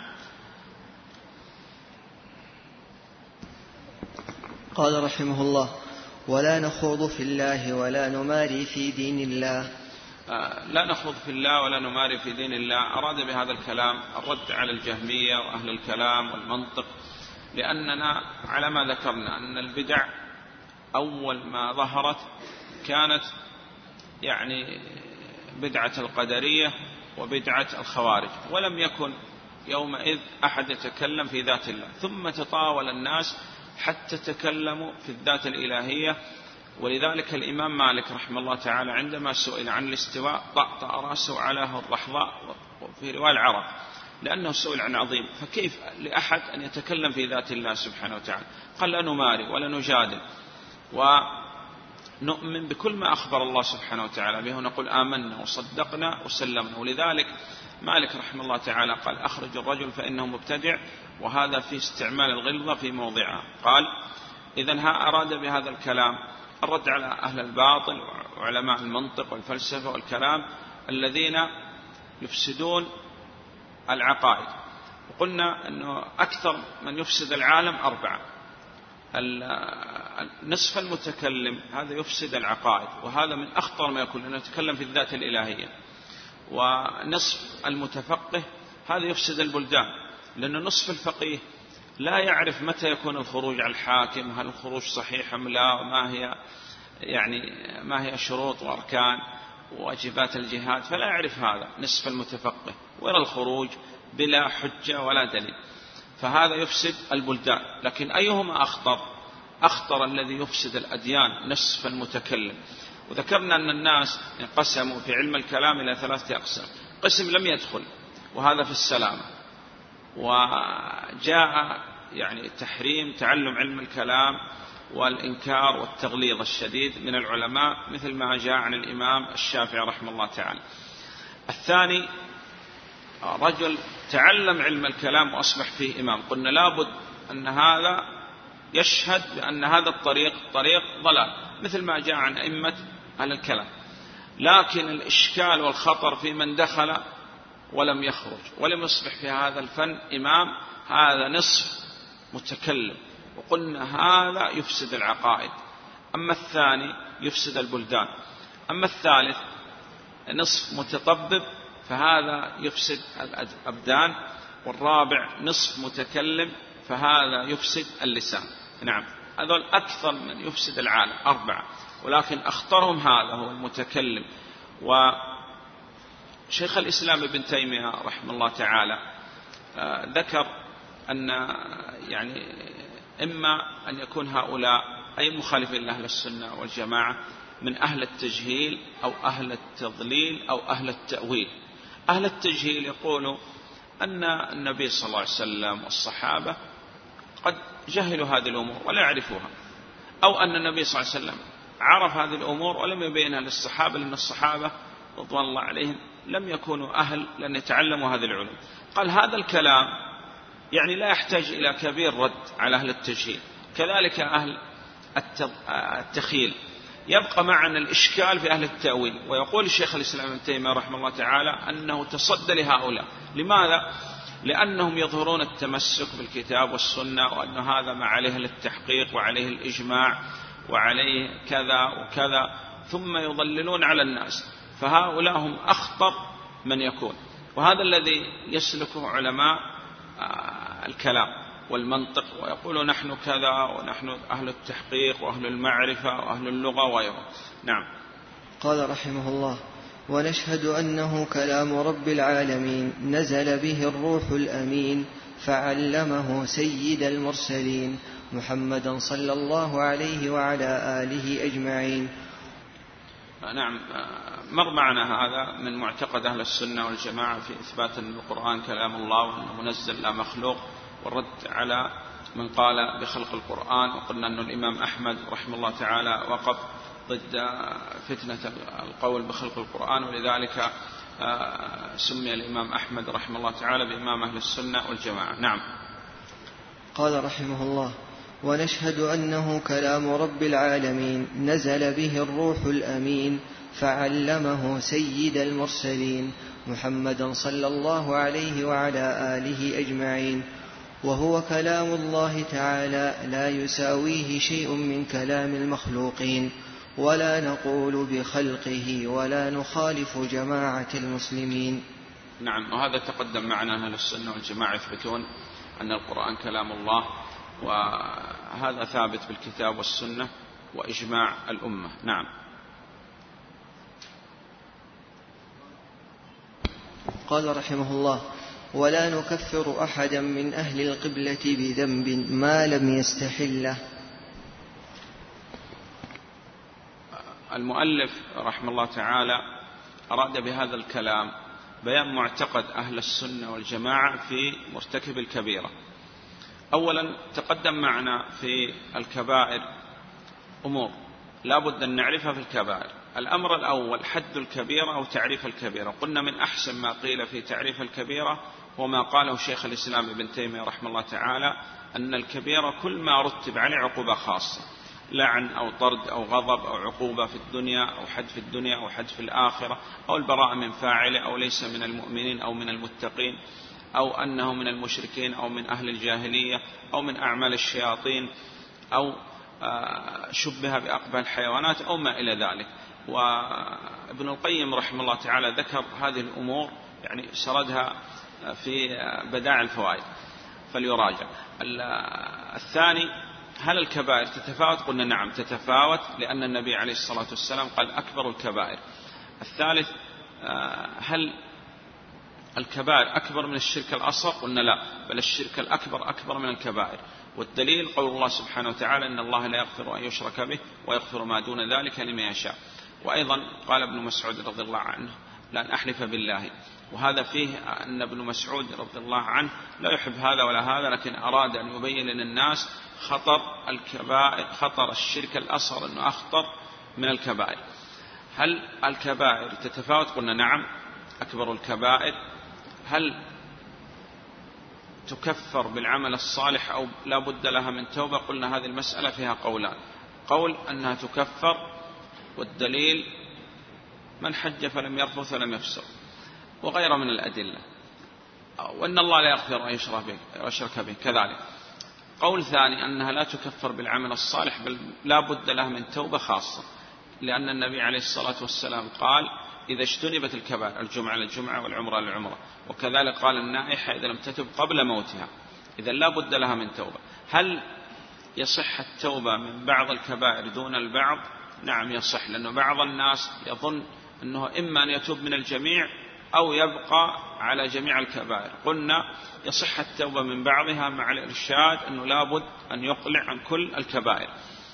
قال رحمه الله: ولا نخوض في الله ولا نماري في دين الله. لا نخوض في الله ولا نماري في دين الله، أراد بهذا الكلام الرد على الجهمية وأهل الكلام والمنطق، لأننا على ما ذكرنا أن البدع أول ما ظهرت كانت يعني بدعة القدرية وبدعة الخوارج، ولم يكن يومئذ أحد يتكلم في ذات الله، ثم تطاول الناس حتى تكلموا في الذات الإلهية. ولذلك الإمام مالك رحمه الله تعالى عندما سئل عن الاستواء طأطأ رأسه على الرحضاء وفي رواية العرب، لأنه سؤال عن عظيم، فكيف لأحد أن يتكلم في ذات الله سبحانه وتعالى؟ قال لا نماري ولا نجادل ونؤمن بكل ما أخبر الله سبحانه وتعالى به، ونقول آمنا وصدقنا وسلمنا. ولذلك مالك رحمه الله تعالى قال أخرج الرجل فإنه مبتدع، وهذا في استعمال الغلظة في موضعها. قال إذن أراد بهذا الكلام الرد على أهل الباطل وعلماء المنطق والفلسفة والكلام الذين يفسدون العقائد. وقلنا أنه أكثر من يفسد العالم 4: نصف المتكلم هذا يفسد العقائد، وهذا من أخطر ما يكون لأنه يتكلم في الذات الإلهية. ونصف المتفقه هذا يفسد البلدان، لأن نصف الفقيه لا يعرف متى يكون الخروج على الحاكم، هل الخروج صحيح أم لا، ما هي شروط وأركان وواجبات الجهاد، فلا يعرف هذا نصف المتفقه، ويرى الخروج بلا حجة ولا دليل، فهذا يفسد البلدان. لكن أيهما أخطر الذي يفسد الأديان نصف المتكلم. وذكرنا أن الناس انقسموا في علم الكلام إلى 3 أقسام: قسم لم يدخل وهذا في السلامة، وجاء تحريم تعلم علم الكلام والإنكار والتغليظ الشديد من العلماء مثل ما جاء عن الإمام الشافعي رحمه الله تعالى. الثاني رجل تعلم علم الكلام وأصبح فيه إمام، قلنا لابد أن هذا يشهد بأن هذا الطريق طريق ضلال مثل ما جاء عن أئمة أهل الكلام. لكن الإشكال والخطر في من دخل ولم يخرج ولم يصبح في هذا الفن إمام، هذا نصف متكلم، وقلنا هذا يفسد العقائد. أما الثاني يفسد البلدان. أما الثالث نصف متطبب، فهذا يفسد الأبدان. والرابع نصف متكلم، فهذا يفسد اللسان. نعم، هذول أكثر من يفسد العالم 4، ولكن أخطرهم هذا هو المتكلم. وشيخ الإسلام ابن تيمية رحمه الله تعالى ذكر أن إما أن يكون هؤلاء أي مخالفين لأهل السنة والجماعة من أهل التجهيل أو أهل التضليل أو أهل التأويل. أهل التجهيل يقولوا أن النبي صلى الله عليه وسلم والصحابة قد جهلوا هذه الأمور ولا يعرفوها، أو أن النبي صلى الله عليه وسلم عرف هذه الأمور ولم يبينها للصحابة، لأن الصحابة رضوان الله عليهم لم يكونوا أهل لأن يتعلموا هذه العلوم. قال هذا الكلام لا يحتاج إلى كبير رد على أهل التجهيل. كذلك أهل التخيل يبقى معنا الإشكال في أهل التأويل. ويقول الشيخ الإسلام ابن تيمية رحمه الله تعالى أنه تصدى لهؤلاء. لماذا؟ لأنهم يظهرون التمسك بالكتاب والسنة، وأن هذا ما عليه للتحقيق وعليه الإجماع وعليه كذا وكذا، ثم يضللون على الناس. فهؤلاء هم أخطر من يكون، وهذا الذي يسلكه علماء الكلام والمنطق، ويقولون نحن كذا ونحن أهل التحقيق وأهل المعرفة وأهل اللغة وغيره. نعم. قال رحمه الله: ونشهد أنه كلام رب العالمين نزل به الروح الأمين فعلمه سيد المرسلين محمدا صلى الله عليه وعلى آله أجمعين. نعم، مر معنا هذا من معتقد أهل السنة والجماعة في إثبات أن القرآن كلام الله وأنه منزل لا مخلوق، والرد على من قال بخلق القرآن. وقلنا أن الإمام أحمد رحمه الله تعالى وقف ضد فتنة القول بخلق القرآن، ولذلك سمي الإمام أحمد رحمه الله تعالى بإمام أهل السنة والجماعة. نعم. قال رحمه الله: ونشهد أنه كلام رب العالمين نزل به الروح الأمين فعلمه سيد المرسلين محمدا صلى الله عليه وعلى آله أجمعين، وهو كلام الله تعالى لا يساويه شيء من كلام المخلوقين، ولا نقول بخلقه ولا نخالف جماعة المسلمين. نعم، وهذا تقدم معنا أهل السنة والجماعة يثبتون أن القرآن كلام الله، وهذا ثابت بالكتاب والسنة وإجماع الأمة. نعم. قال رحمه الله: ولا نكفر أحدا من أهل القبلة بذنب ما لم يستحله. المؤلف رحمه الله تعالى أراد بهذا الكلام بيان معتقد أهل السنة والجماعة في مرتكب الكبيرة. أولا تقدم معنا في الكبائر أمور لا بد أن نعرفها في الكبائر. الأمر الأول حد الكبيرة أو تعريف الكبيرة. قلنا من أحسن ما قيل في تعريف الكبيرة وما قاله شيخ الإسلام ابن تيمية رحمه الله تعالى أن الكبيرة كل ما رتب عليه عقوبة خاصة، لعن أو طرد أو غضب أو عقوبة في الدنيا أو حد في الدنيا أو حد في الآخرة أو البراءة من فاعله أو ليس من المؤمنين أو من المتقين أو أنه من المشركين أو من أهل الجاهلية أو من أعمال الشياطين أو شبه بأقبح الحيوانات أو ما إلى ذلك. وابن القيم رحمه الله تعالى ذكر هذه الأمور يعني سردها في بدائع الفوائد فليراجع. الثاني هل الكبائر تتفاوت؟ قلنا نعم تتفاوت لأن النبي عليه الصلاة والسلام قال أكبر الكبائر. الثالث هل الكبائر أكبر من الشرك الأصغر؟ قلنا لا، بل الشرك الأكبر أكبر من الكبائر. والدليل قول الله سبحانه وتعالى إن الله لا يغفر أن يشرك به ويغفر ما دون ذلك لمن يشاء. وأيضا قال ابن مسعود رضي الله عنه لأن أحلف بالله، وهذا فيه أن ابن مسعود رضي الله عنه لا يحب هذا ولا هذا، لكن أراد أن يبين للناس خطر الكبائر، خطر الشرك الأصغر أنه أخطر من الكبائر. هل الكبائر تتفاوت؟ قلنا نعم أكبر الكبائر. هل تكفر بالعمل الصالح أو لا بد لها من توبة؟ قلنا هذه المسألة فيها قولان، قول أنها تكفر والدليل من حج فلم يرفث ولم يفسق وغيره من الأدلة، وأن الله لا يغفر أن يشرك به كذلك. قول ثاني أنها لا تكفر بالعمل الصالح بل لا بد لها من توبة خاصة، لأن النبي عليه الصلاة والسلام قال إذا اجتنبت الكبائر الجمعة للجمعة والعمرة للعمرة، وكذلك قال النائحة إذا لم تتب قبل موتها، إذا لا بد لها من توبة. هل يصح التوبة من بعض الكبائر دون البعض؟ نعم يصح، لأنه بعض الناس يظن أنه إما أن يتوب من الجميع أو يبقى على جميع الكبائر. قلنا يصح التوبة من بعضها مع الإرشاد أنه لابد أن يقلع عن كل الكبائر.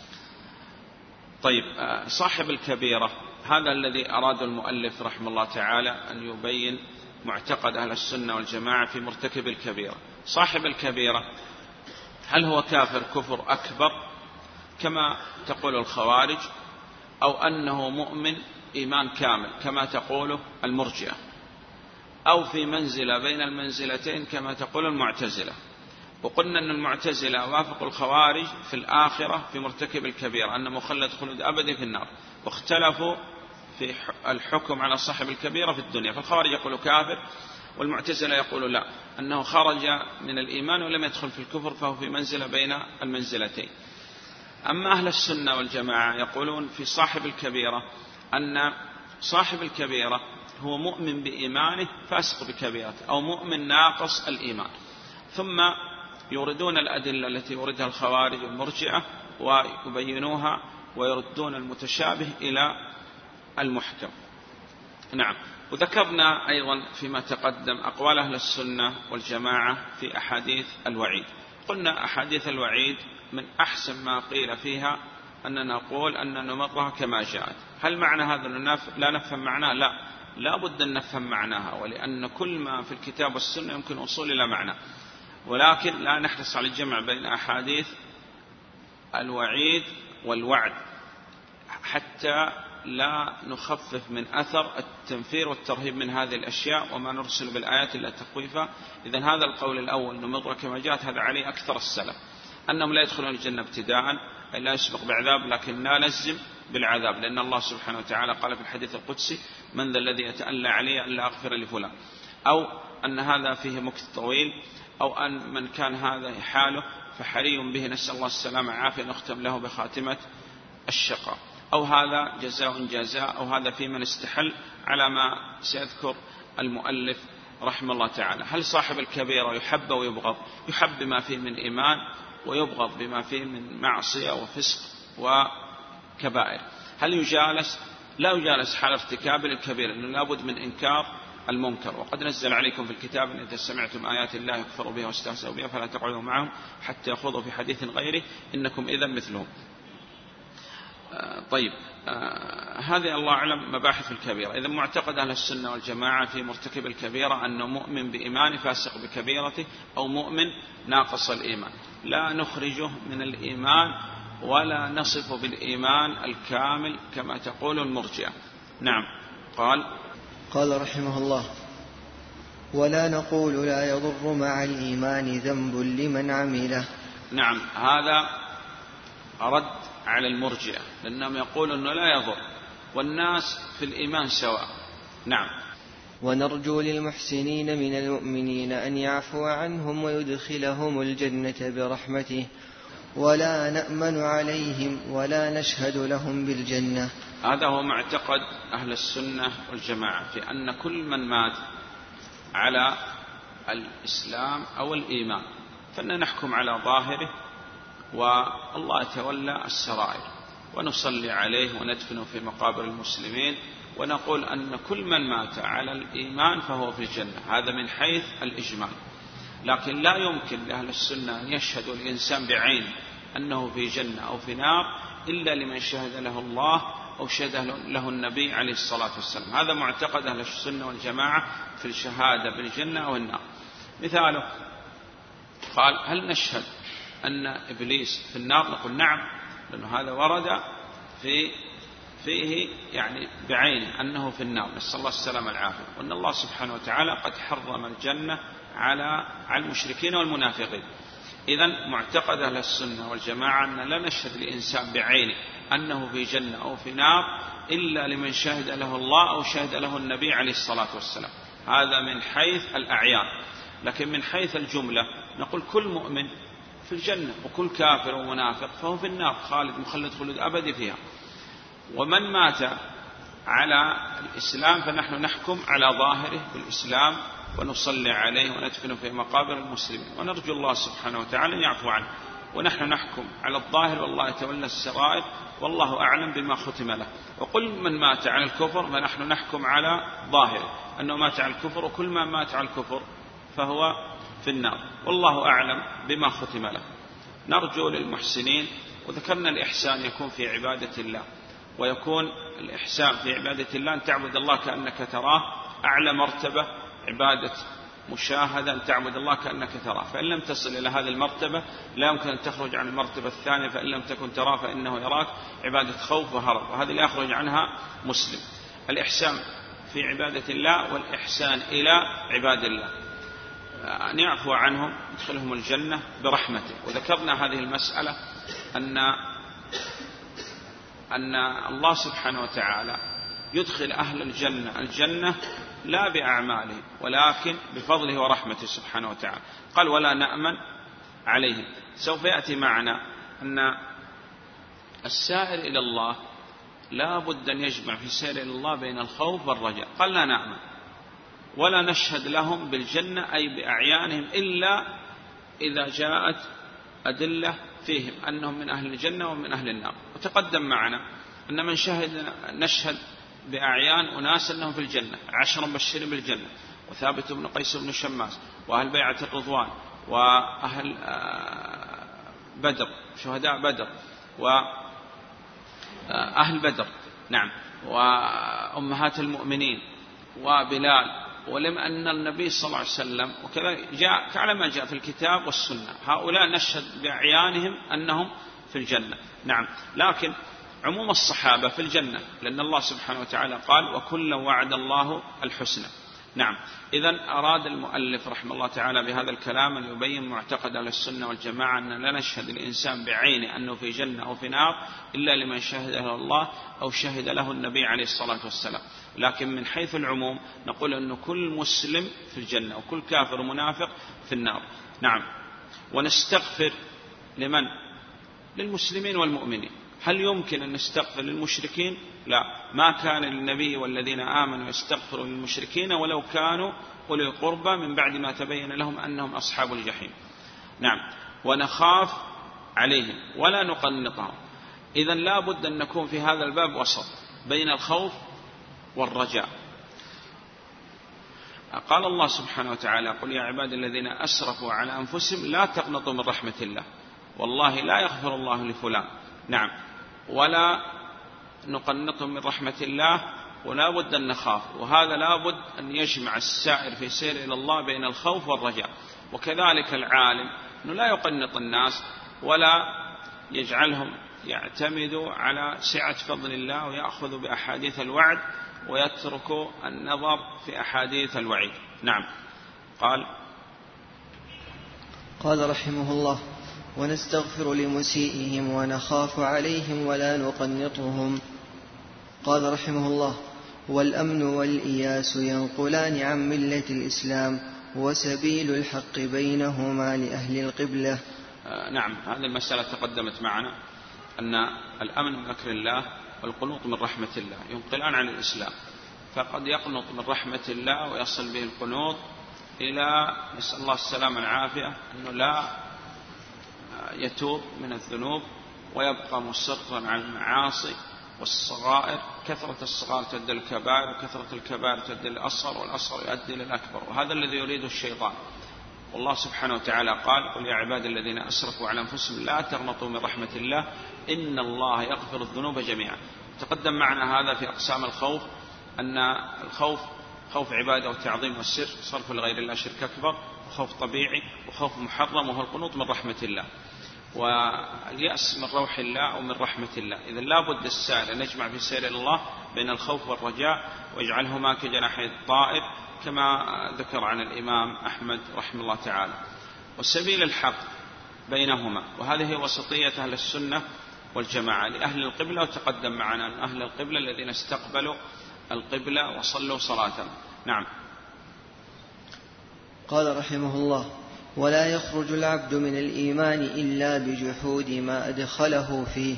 طيب صاحب الكبيرة هذا الذي أراد المؤلف رحمه الله تعالى أن يبين معتقد أهل السنة والجماعة في مرتكب الكبيرة. صاحب الكبيرة هل هو كافر كفر أكبر كما تقول الخوارج، أو أنه مؤمن إيمان كامل كما تقوله المرجئة، أو في منزلة بين المنزلتين كما تقول المعتزلة؟ وقلنا أن المعتزلة وافقوا الخوارج في الآخرة في مرتكب الكبيرة أن مخلد خلود أبدي في النار، واختلفوا في الحكم على صاحب الكبيرة في الدنيا، فالخوارج يقولوا كافر والمعتزلة يقولوا لا، أنه خرج من الإيمان ولم يدخل في الكفر فهو في منزلة بين المنزلتين. أما أهل السنة والجماعة يقولون في صاحب الكبيرة أن صاحب الكبيرة هو مؤمن بإيمانه فاسق بكبيرته أو مؤمن ناقص الإيمان، ثم يوردون الأدلة التي يوردها الخوارج والمرجئة ويبينوها ويردون المتشابه إلى المحكم. نعم. وذكرنا أيضا فيما تقدم أقوال أهل السنة والجماعة في أحاديث الوعيد. قلنا أحاديث الوعيد من أحسن ما قيل فيها أننا نقول أن نمرها كما جاءت. هل معنى هذا لا نفهم معناه؟ لا بد أن نفهم معناها، ولأن كل ما في الكتاب والسنة يمكن وصول إلى معنى، ولكن لا نحرص على الجمع بين أحاديث الوعيد والوعد حتى لا نخفف من أثر التنفير والترهيب من هذه الأشياء، وما نرسل بالآيات إلا تخويفا. إذن هذا القول الأول نمر كما جاءت هذا عليه أكثر السلف، أنهم لا يدخلون الجنة ابتداء أي لا يسبق بعذاب، لكن لا نلزم بالعذاب، لأن الله سبحانه وتعالى قال في الحديث القدسي من ذا الذي يتألى علي ألا أغفر لفلان، أو أن هذا فيه مكث طويل، أو أن من كان هذا حاله فحري به نسأل الله السلامة عافية نختم له بخاتمة الشقاء، أو هذا جزاء أو هذا في من استحل على ما سيذكر المؤلف رحمه الله تعالى. هل صاحب الكبيرة يحب ويبغض؟ يحب بما فيه من إيمان ويبغض بما فيه من معصية وفسق وكبائر. هل يجالس؟ لا يجالس حال ارتكاب الكبيرة، لأنه لابد من إنكار المنكر. وقد نزل عليكم في الكتاب إن إذا سمعتم آيات الله يكفر بها واستهزأوا بها فلا تقعدوا معهم حتى يخوضوا في حديث غيره إنكم إذا مثلهم. طيب هذه الله أعلم مباحث الكبيرة. إذا معتقد أهل السنة والجماعة في مرتكب الكبيرة أنه مؤمن بإيمان فاسق بكبيرته أو مؤمن ناقص الإيمان، لا نخرجه من الإيمان ولا نصف بالإيمان الكامل كما تقول المرجئة. نعم. قال رحمه الله: ولا نقول لا يضر مع الإيمان ذنب لمن عمله. نعم، هذا رد على المرجئة لأنهم يقولون أنه لا يضر والناس في الإيمان سواء. نعم. ونرجو للمحسنين من المؤمنين أن يعفو عنهم ويدخلهم الجنة برحمته، ولا نأمن عليهم ولا نشهد لهم بالجنة. هذا هو معتقد أهل السنة والجماعة، في أن كل من مات على الإسلام أو الإيمان فإننا نحكم على ظاهره والله يتولى السرائر، ونصلي عليه وندفنه في مقابر المسلمين، ونقول أن كل من مات على الإيمان فهو في الجنة. هذا من حيث الإجمال. لكن لا يمكن لأهل السنة أن يشهدوا الإنسان بعين أنه في جنة أو في نار إلا لمن شهد له الله أو شهد له النبي عليه الصلاة والسلام. هذا معتقد أهل السنة والجماعة في الشهادة بالجنة أو النار. مثاله قال: هل نشهد أن إبليس في النار؟ نقول نعم، لأنه هذا ورد فيه يعني بعينه أنه في النار، نسأل الله السلامة والعافية، وأن الله سبحانه وتعالى قد حرم الجنة على المشركين والمنافقين. إذن معتقد أهل السنة والجماعة أن لا نشهد الإنسان بعينه أنه في جنة أو في نار إلا لمن شهد له الله أو شهد له النبي عليه الصلاة والسلام. هذا من حيث الأعيان. لكن من حيث الجملة نقول كل مؤمن في الجنة وكل كافر ومنافق فهو في النار خالد مخلد خلود أبدي فيها. ومن مات على الإسلام فنحن نحكم على ظاهره بالإسلام ونصلي عليه وندفنه في مقابر المسلمين، ونرجو الله سبحانه وتعالى أن يعفو عنه. ونحن نحكم على الظاهر والله يتولى السرائر، والله أعلم بما ختم له. وكل من مات على الكفر فنحن نحكم على ظاهره أنه مات على الكفر، وكل من مات على الكفر فهو في النار، والله أعلم بما ختم له. نرجو للمحسنين، وذكرنا الإحسان يكون في عبادة الله، ويكون الإحسان في عبادة الله أن تعبد الله كأنك تراه، أعلى مرتبة عبادة مشاهدة أن تعبد الله كأنك تراه. فإن لم تصل إلى هذه المرتبة لا يمكن أن تخرج عن المرتبة الثانية، فإن لم تكن تراه فإنه يراك، عبادة خوف وهرب، وهذه لا يخرج عنها مسلم. الإحسان في عبادة الله والإحسان إلى عباد الله، أن يعفو عنهم يدخلهم الجنة برحمته. وذكرنا هذه المسألة أن الله سبحانه وتعالى يدخل أهل الجنة لا بأعمالهم ولكن بفضله ورحمته سبحانه وتعالى. قال: ولا نأمن عليهم. سوف يأتي معنا أن السائر إلى الله لا بد أن يجمع في السائر إلى الله بين الخوف والرجاء. قال: لا نأمن ولا نشهد لهم بالجنة أي بأعيانهم إلا إذا جاءت أدلة فيهم أنهم من أهل الجنة ومن أهل النار. وتقدم معنا أن من نشهد بأعيان أناس أنهم في الجنة، 10 مبشرين بالجنة، وثابت بن قيس بن شماس، وأهل بيعة الرضوان، وأهل بدر، شهداء بدر، وأهل بدر، نعم، وأمهات المؤمنين، وبلال، ولم أن النبي صلى الله عليه وسلم، وكذا جاء على ما جاء في الكتاب والسنة. هؤلاء نشهد بأعيانهم أنهم في الجنة، نعم. لكن عموم الصحابة في الجنة، لأن الله سبحانه وتعالى قال: وكلا وعد الله الحسنى. نعم. إذن أراد المؤلف رحمه الله تعالى بهذا الكلام أن يبين معتقد أهل السنة والجماعة أن لا نشهد الإنسان بعينه أنه في جنة أو في نار إلا لمن شهد له الله أو شهد له النبي عليه الصلاة والسلام. لكن من حيث العموم نقول أن كل مسلم في الجنة وكل كافر ومنافق في النار، نعم. ونستغفر لمن؟ للمسلمين والمؤمنين. هل يمكن أن نستغفر للمشركين؟ لا، ما كان للنبي والذين آمنوا يستغفروا للمشركين ولو كانوا أولي القربى من بعد ما تبين لهم أنهم أصحاب الجحيم، نعم. ونخاف عليهم ولا نقنطهم. إذن لا بد أن نكون في هذا الباب وسط بين الخوف والرجاء. قال الله سبحانه وتعالى: قل يا عبادي الذين أسرفوا على أنفسهم لا تقنطوا من رحمة الله والله لا يغفر الله لفلان، نعم. ولا نقنطهم من رحمة الله ولا بد أن نخاف، وهذا لا بد أن يجمع السائر في سير إلى الله بين الخوف والرجاء. وكذلك العالم أنه لا يقنط الناس ولا يجعلهم يعتمدوا على سعة فضل الله ويأخذ بأحاديث الوعد ويترك النظر في أحاديث الوعيد. نعم. قال رحمه الله: ونستغفر لمسيئهم ونخاف عليهم ولا نقنطهم. قال رحمه الله: والأمن والإياس ينقلان عن ملة الإسلام، وسبيل الحق بينهما لأهل القبلة. نعم، هذه المسألة تقدمت معنا، أن الأمن من مكر الله والقنوط من رحمة الله ينقلان عن الإسلام، فقد يقنط من رحمة الله ويصل به القنوط إلى، نسأل الله السلامة والعافية، أنه لا يتوب من الذنوب ويبقى مصرا على المعاصي والصغائر. كثرة الصغائر تؤدي للكبائر، وكثرة الكبائر تؤدي للأصغر، والأصغر يؤدي للأكبر، وهذا الذي يريده الشيطان. والله سبحانه وتعالى قال: قل يا عبادي الذين أسرفوا على أنفسهم لا تقنطوا من رحمة الله إن الله يغفر الذنوب جميعا. تقدم معنا هذا في أقسام الخوف، أن الخوف خوف عبادة والتعظيم والسر، صرف لغير الله شرك أكبر، وخوف طبيعي، وخوف محرم وهو القنوط من رحمة الله، واليأس من روح الله ومن رحمة الله. إذن لا بد السائر أن يجمع في سير الله بين الخوف والرجاء ويجعلهما كجناحي الطائر، كما ذكر عن الإمام أحمد رحمه الله تعالى، وسبيل الحق بينهما. وهذه وسطية أهل السنة والجماعة لأهل القبلة. وتقدم معنا أن أهل القبلة الذين استقبلوا القبلة وصلوا صلاة. نعم. قال رحمه الله: ولا يخرج العبد من الإيمان إلا بجحود ما أدخله فيه.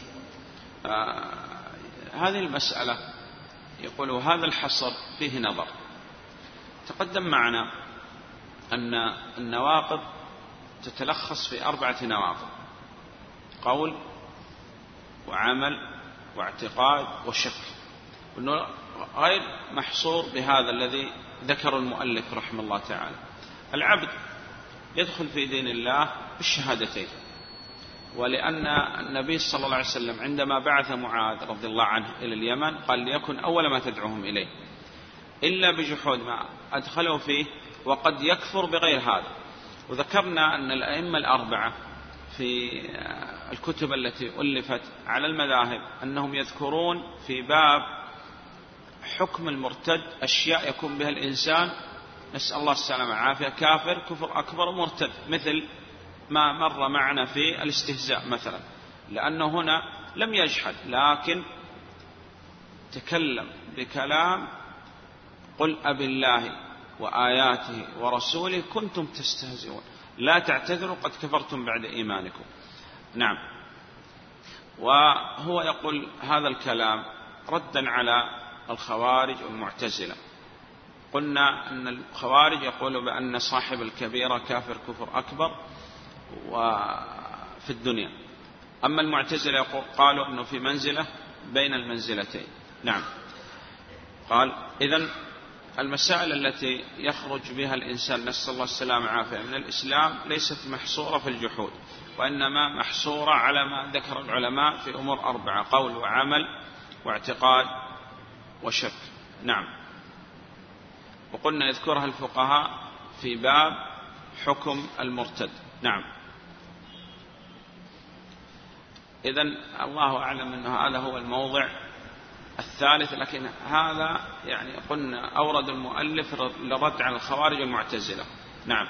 هذه المسألة يقول هذا الحصر فيه نظر. تقدم معنا أن النواقض تتلخص في 4 نواقض: قول وعمل واعتقاد وشك، وأنه غير محصور بهذا الذي ذكر المؤلف رحمه الله تعالى. العبد يدخل في دين الله بالشهادتين، ولأن النبي صلى الله عليه وسلم عندما بعث معاذ رضي الله عنه إلى اليمن قال: ليكن أول ما تدعوهم إليه إلا بجحود ما أدخله فيه، وقد يكفر بغير هذا. وذكرنا أن الأئمة الأربعة في الكتب التي ألفت على المذاهب أنهم يذكرون في باب حكم المرتد أشياء يكون بها الإنسان، نسأل الله السلامة والعافية، كافر كفر أكبر ومرتد، مثل ما مر معنا في الاستهزاء مثلا، لأنه هنا لم يجحد لكن تكلم بكلام: قل أبي الله وآياته ورسوله كنتم تستهزئون لا تعتذروا قد كفرتم بعد إيمانكم. نعم. وهو يقول هذا الكلام ردا على الخوارج والمعتزلة. قلنا أن الخوارج يقولوا بأن صاحب الكبيرة كافر كفر أكبر وفي الدنيا، أما المعتزلة قالوا أنه في منزلة بين المنزلتين. نعم. قال: إذن المسائل التي يخرج بها الإنسان نسأل الله السلامة والعافية من الإسلام ليست محصورة في الجحود، وإنما محصورة على ما ذكر العلماء في أمور 4: قول وعمل واعتقاد وشك. نعم. وقلنا يذكرها الفقهاء في باب حكم المرتد. نعم. إذن الله أعلم أن هذا هو الموضع الثالث، لكن هذا يعني قلنا أورد المؤلف لرد على الخوارج والمعتزلة. نعم.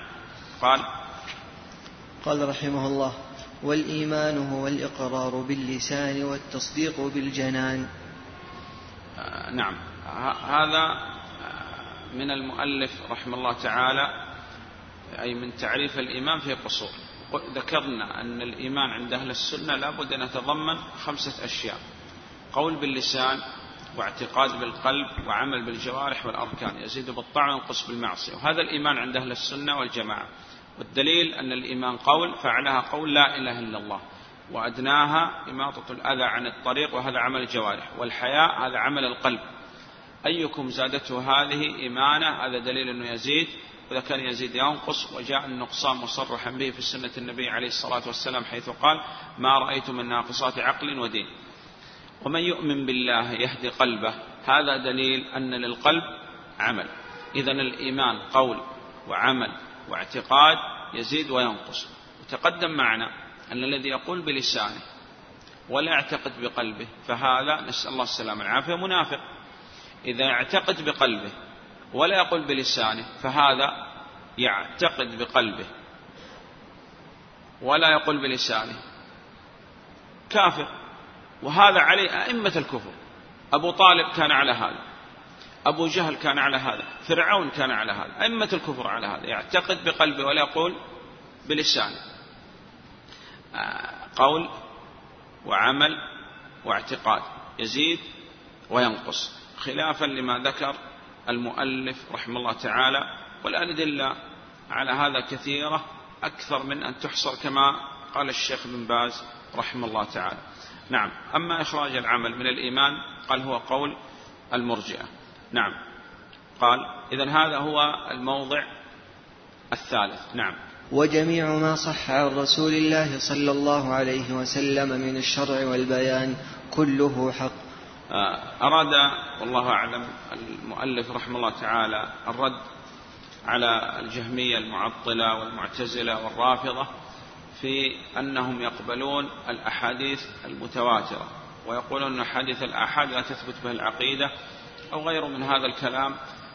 قال رحمه الله: والإيمان هو الإقرار باللسان والتصديق بالجنان. نعم. هذا من المؤلف رحمه الله تعالى، أي من تعريف الإيمان في قصور. ذكرنا أن الإيمان عند أهل السنة لا بد أن يتضمن 5 أشياء: قول باللسان، واعتقاد بالقلب، وعمل بالجوارح والأركان، يزيد بالطاعة وينقص بالمعصية. وهذا الإيمان عند أهل السنة والجماعة. والدليل أن الإيمان قول، فعلها قول لا إله إلا الله، وأدناها إماطة الأذى عن الطريق، وهذا عمل الجوارح، والحياء هذا عمل القلب. أيكم زادته هذه إيمانة، هذا دليل أنه يزيد، وإذا كان يزيد ينقص. وجاء النقصان مصرحا به في سنة النبي عليه الصلاة والسلام، حيث قال: ما رأيت من ناقصات عقل ودين. ومن يؤمن بالله يهدي قلبه، هذا دليل أن للقلب عمل. إذن الإيمان قول وعمل واعتقاد، يزيد وينقص. وتقدم معنا أن الذي يقول بلسانه ولا يعتقد بقلبه فهذا نسأل الله السلامة والعافية منافق. إذا يعتقد بقلبه ولا يقول بلسانه فهذا يعتقد بقلبه ولا يقول بلسانه كافر، وهذا عليه أئمة الكفر. أبو طالب كان على هذا، أبو جهل كان على هذا، فرعون كان على هذا، أئمة الكفر على هذا، يعتقد بقلبه ولا يقول بلسانه. قول وعمل واعتقاد، يزيد وينقص، خلافا لما ذكر المؤلف رحمه الله تعالى. والأدلة على هذا كثيرة أكثر من أن تحصر كما قال الشيخ بن باز رحمه الله تعالى. نعم. أما إخراج العمل من الإيمان قال هو قول المرجئة. نعم. قال إذن هذا هو الموضع الثالث. نعم. وجميع ما صح عن رسول الله صلى الله عليه وسلم من الشرع والبيان كله حق. أراد والله أعلم المؤلف رحمه الله تعالى الرد على الجهمية المعطلة والمعتزلة والرافضة في أنهم يقبلون الأحاديث المتواترة ويقولون أن حديث الآحاد لا تثبت به العقيدة أو غيره من هذا الكلام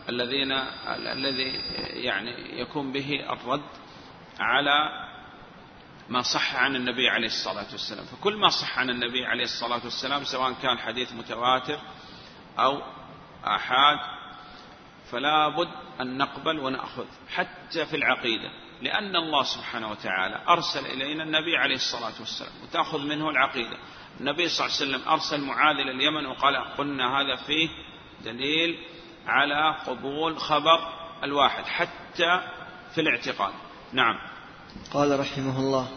الذي يعني يكون به الرد على ما صح عن النبي عليه الصلاة والسلام. فكل ما صح عن النبي عليه الصلاة والسلام سواء كان حديث متواتر أو آحاد فلا بد أن نقبل ونأخذ حتى في العقيدة، لأن الله سبحانه وتعالى أرسل إلينا النبي عليه الصلاة والسلام وتأخذ منه العقيدة. النبي صلى الله عليه وسلم أرسل معاذ إلى اليمن وقال قلنا هذا فيه دليل على قبول خبر الواحد حتى في الاعتقاد. نعم. قال رحمه الله: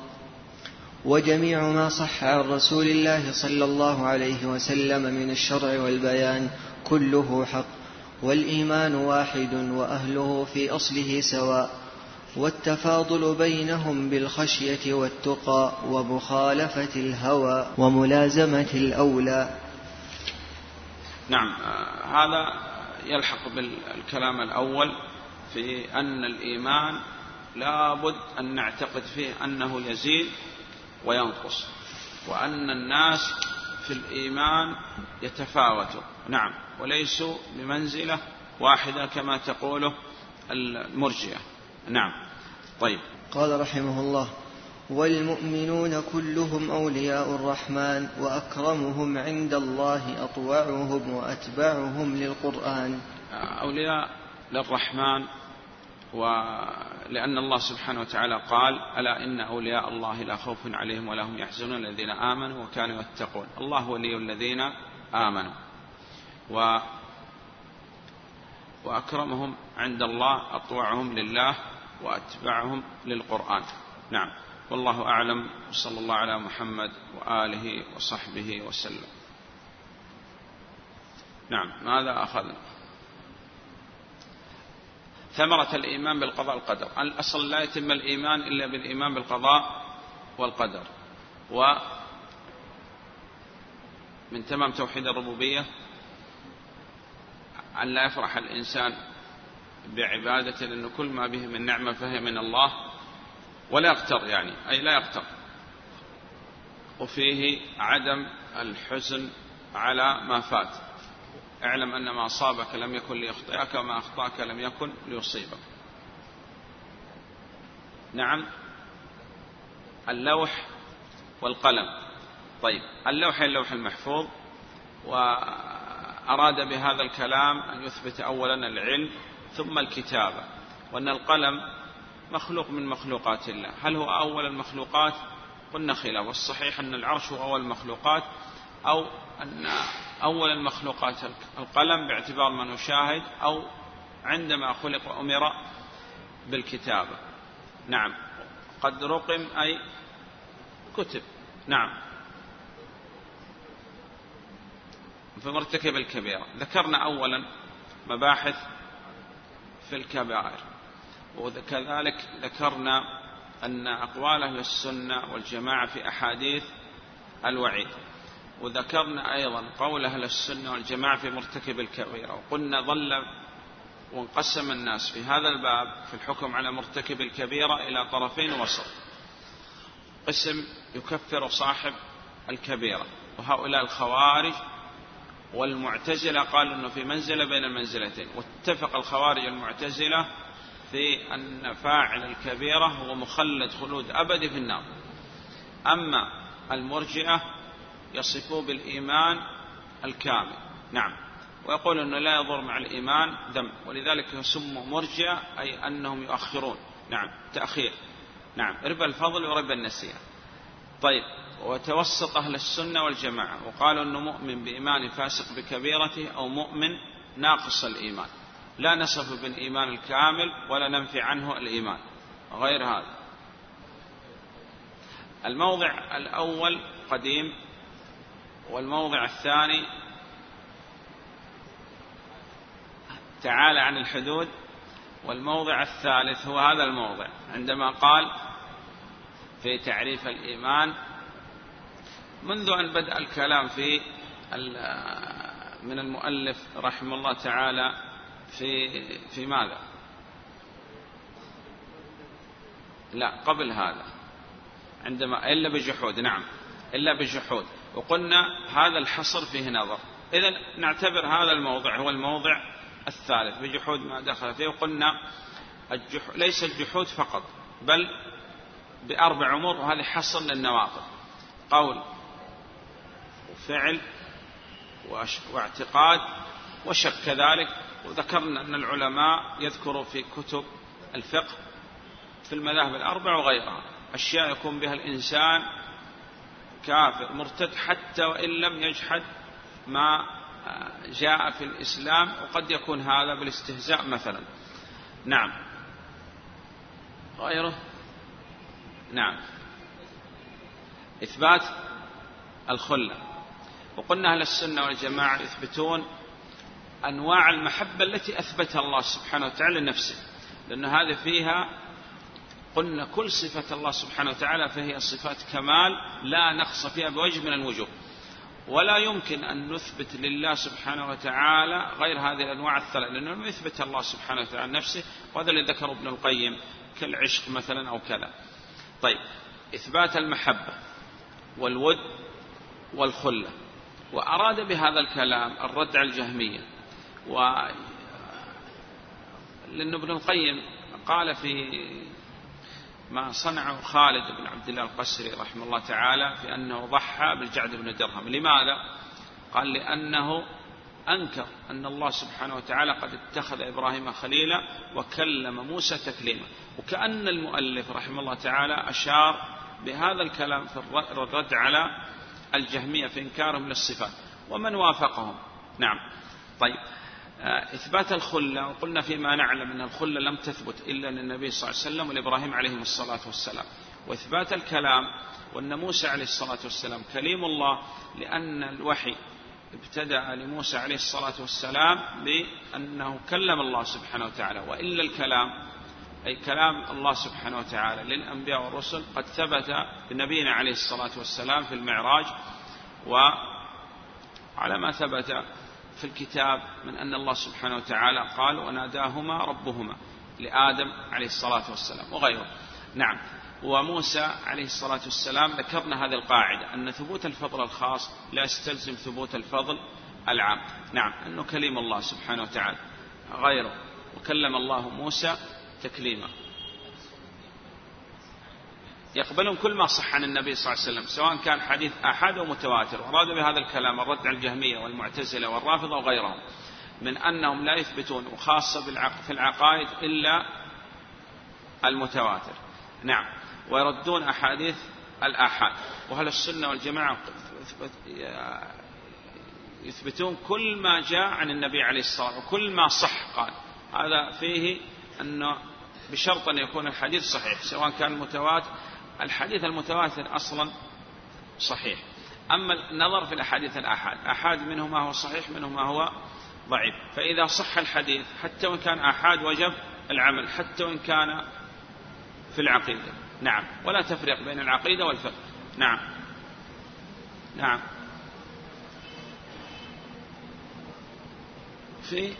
وجميع ما صح عن رسول الله صلى الله عليه وسلم من الشرع والبيان كله حق، والإيمان واحد وأهله في أصله سواء، والتفاضل بينهم بالخشية والتقى ومخالفة الهوى وملازمة الأولى. نعم. هذا يلحق بالكلام الأول في أن الإيمان لا بد أن نعتقد فيه أنه يزيد وينقص، وأن الناس في الإيمان يتفاوتوا. نعم. وليسوا بمنزلة واحدة كما تقوله المرجئة. نعم. طيب. قال رحمه الله: والمؤمنون كلهم أولياء الرحمن، وأكرمهم عند الله أطوعهم وأتبعهم للقرآن. أولياء للرحمن، ولأن الله سبحانه وتعالى قال: ألا إن أولياء الله لا خوف عليهم ولا هم يحزنون الذين آمنوا وكانوا يتقون. الله ولي الذين آمنوا، وأكرمهم عند الله أطوعهم لله وأتبعهم للقرآن. نعم. والله أعلم، وصلى الله على محمد وآله وصحبه وسلم. نعم. ماذا أخذنا؟ ثمرة الإيمان بالقضاء والقدر. الأصل لا يتم الإيمان إلا بالإيمان بالقضاء والقدر. ومن تمام توحيد الربوبية أن لا يفرح الإنسان بعبادته، لأن كل ما به من نعمة فهي من الله، ولا يغتر، يعني أي لا يغتر. وفيه عدم الحزن على ما فات. اعلم أن ما أصابك لم يكن ليخطئك وما أخطأك لم يكن ليصيبك. نعم. اللوح والقلم. طيب، اللوح اللوح المحفوظ، وأراد بهذا الكلام أن يثبت أولا العلم ثم الكتابة، وأن القلم مخلوق من مخلوقات الله. هل هو أول المخلوقات؟ قلنا خلاف، والصحيح أن العرش هو أول المخلوقات، أو أن أول المخلوقات القلم باعتبار ما نشاهد، أو عندما خلق وأمر بالكتابة. نعم. قد رقم أي كتب. نعم. في مرتكب الكبيرة ذكرنا أولا مباحث في الكبائر، وكذلك ذكرنا أن أقوال أهل السنة والجماعة في أحاديث الوعيد. وذكرنا أيضا قول أهل السنة والجماعة في مرتكب الكبيرة، وقلنا ظل وانقسم الناس في هذا الباب في الحكم على مرتكب الكبيرة إلى طرفين وسط. قسم يكفر صاحب الكبيرة، وهؤلاء الخوارج والمعتزلة قالوا أنه في منزلة بين المنزلتين، واتفق الخوارج والمعتزلة في أن فاعل الكبيرة هو مخلد خلود أبدي في النار. أما المرجئة يصفوا بالإيمان الكامل، نعم، ويقول أنه لا يضر مع الإيمان ذنب، ولذلك يسموا مرجئة، أي أنهم يؤخرون، نعم، تأخير، نعم، ربا الفضل وربا النسيئة. طيب، وتوسط أهل السنة والجماعة وقالوا أنه مؤمن بإيمان فاسق بكبيرته أو مؤمن ناقص الإيمان، لا نصف بالإيمان الكامل ولا ننفي عنه الإيمان غير هذا. الموضع الأول قديم، والموضع الثاني تعالى عن الحدود، والموضع الثالث هو هذا الموضع عندما قال في تعريف الإيمان منذ أن بدأ الكلام من المؤلف رحمه الله تعالى في ماذا؟ لا، قبل هذا عندما إلا بجحود، نعم، إلا بجحود، وقلنا هذا الحصر فيه نظر. إذن نعتبر هذا الموضع هو الموضع الثالث بجحود ما دخل فيه، وقلنا ليس الجحود فقط بل بأربع أمور، وهذه حصر للنواقض: قول وفعل واعتقاد وشك كذلك. وذكرنا أن العلماء يذكروا في كتب الفقه في المذاهب الأربع وغيرها أشياء يكون بها الإنسان كافر مرتد حتى وإن لم يجحد ما جاء في الإسلام، وقد يكون هذا بالاستهزاء مثلا، نعم، غيره، نعم، إثبات الخلة. وقلنا أهل السنة والجماعة يثبتون أنواع المحبة التي أثبتها الله سبحانه وتعالى لنفسه، لأن هذه فيها قلنا كل صفة الله سبحانه وتعالى فهي صفات كمال لا نقص فيها بوجه من الوجوه، ولا يمكن أن نثبت لله سبحانه وتعالى غير هذه الأنواع الثلاث، لأنه يثبت الله سبحانه وتعالى نفسه، وهذا اللي ذكره ابن القيم كالعشق مثلا أو كذا. طيب، إثبات المحبة والود والخلة، وأراد بهذا الكلام الرد على الجهمية، لأن ابن القيم قال في ما صنعه خالد بن عبد الله القسري رحمه الله تعالى في أنه ضحى بالجعد بن درهم. لماذا؟ قال لأنه أنكر أن الله سبحانه وتعالى قد اتخذ إبراهيم خليلا وكلم موسى تكليما، وكأن المؤلف رحمه الله تعالى أشار بهذا الكلام في الرد على الجهمية في إنكارهم للصفات ومن وافقهم. نعم. طيب، إثبات الخلة، وقلنا فيما نعلم أن الخلة لم تثبت إلا للنبي صلى الله عليه وسلم ولإبراهيم عليه الصلاة والسلام. وإثبات الكلام، وأن موسى عليه الصلاة والسلام كليم الله، لأن الوحي ابتدأ لموسى عليه الصلاة والسلام بأنه كلم الله سبحانه وتعالى، وإلا الكلام أي كلام الله سبحانه وتعالى للأنبياء والرسل قد ثبت لنبينا عليه الصلاة والسلام في المعراج، وعلى ما ثبت في الكتاب من أن الله سبحانه وتعالى قال وناداهما ربهما لآدم عليه الصلاة والسلام وغيره. نعم. وموسى عليه الصلاة والسلام ذكرنا هذه القاعدة أن ثبوت الفضل الخاص لا يستلزم ثبوت الفضل العام. نعم، أنه كليم الله سبحانه وتعالى غيره، وكلم الله موسى تكليما. يقبلون كل ما صح عن النبي صلى الله عليه وسلم سواء كان حديث آحاد أو متواتر. وأرادوا بهذا الكلام الرد على الجهمية والمعتزلة والرافضة وغيرهم من أنهم لا يثبتون وخاصة في العقائد إلا المتواتر. نعم. ويردون أحاديث الآحاد. وأهل السنة والجماعة يثبتون كل ما جاء عن النبي عليه الصلاة والسلام وكل ما صح قال. هذا فيه أنه بشرط أن يكون الحديث صحيح سواء كان متواتر. الحديث المتواتر أصلا صحيح، أما النظر في الأحاديث الآحاد، أحاد منه ما هو صحيح منه ما هو ضعيف. فإذا صح الحديث حتى وإن كان آحاد وجب العمل حتى وإن كان في العقيدة. نعم. ولا تفرق بين العقيدة والفقه. نعم. نعم. في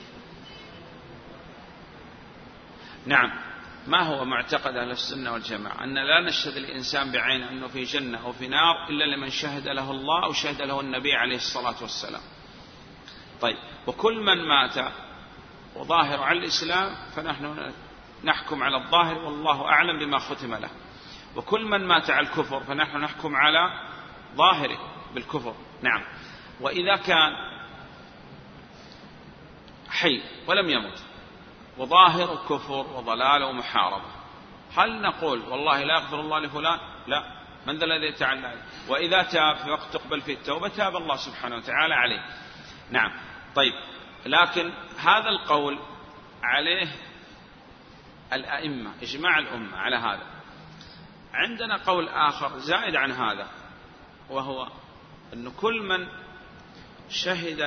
نعم. ما هو معتقد أهل السنة والجماعة؟ أن لا نشهد الإنسان بعينه أنه في جنة أو في نار إلا لمن شهد له الله أو شهد له النبي عليه الصلاة والسلام. طيب، وكل من مات وظاهر على الإسلام فنحن نحكم على الظاهر والله أعلم بما ختم له، وكل من مات على الكفر فنحن نحكم على ظاهره بالكفر. نعم. وإذا كان حي ولم يمت وظاهر كفر وضلال ومحاربة، هل نقول والله لا يغفر الله لفلان؟ لا، من ذا الذي يتعلى؟ وإذا تاب في وقت تقبل فيه التوبة تاب الله سبحانه وتعالى عليه. نعم. طيب، لكن هذا القول عليه الأئمة، إجماع الأمة على هذا. عندنا قول آخر زائد عن هذا، وهو أن كل من شهدت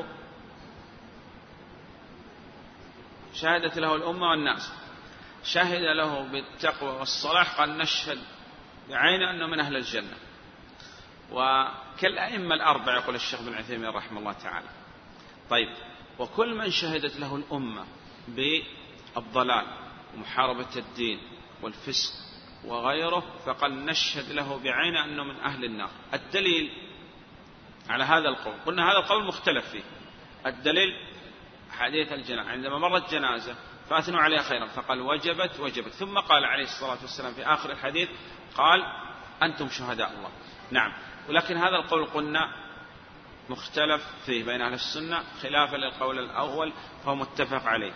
له الأمة والناس شهد له بالتقوى والصلاح قال نشهد بعين أنه من أهل الجنة، وكالأئمة الأربعة يقول الشيخ بن عثيمين رحمه الله تعالى. طيب، وكل من شهدت له الأمة بالضلال ومحاربة الدين والفسق وغيره فقال نشهد له بعين أنه من أهل النار. الدليل على هذا القول، قلنا هذا القول مختلف فيه. الدليل حديث الجنازة، عندما مرت جنازة فأثنوا عليها خيرا فقال وجبت، ثم قال عليه الصلاة والسلام في آخر الحديث قال أنتم شهداء الله. نعم. ولكن هذا القول قلنا مختلف فيه بين أهل السنة خلافا للقول الأول فهو متفق عليه.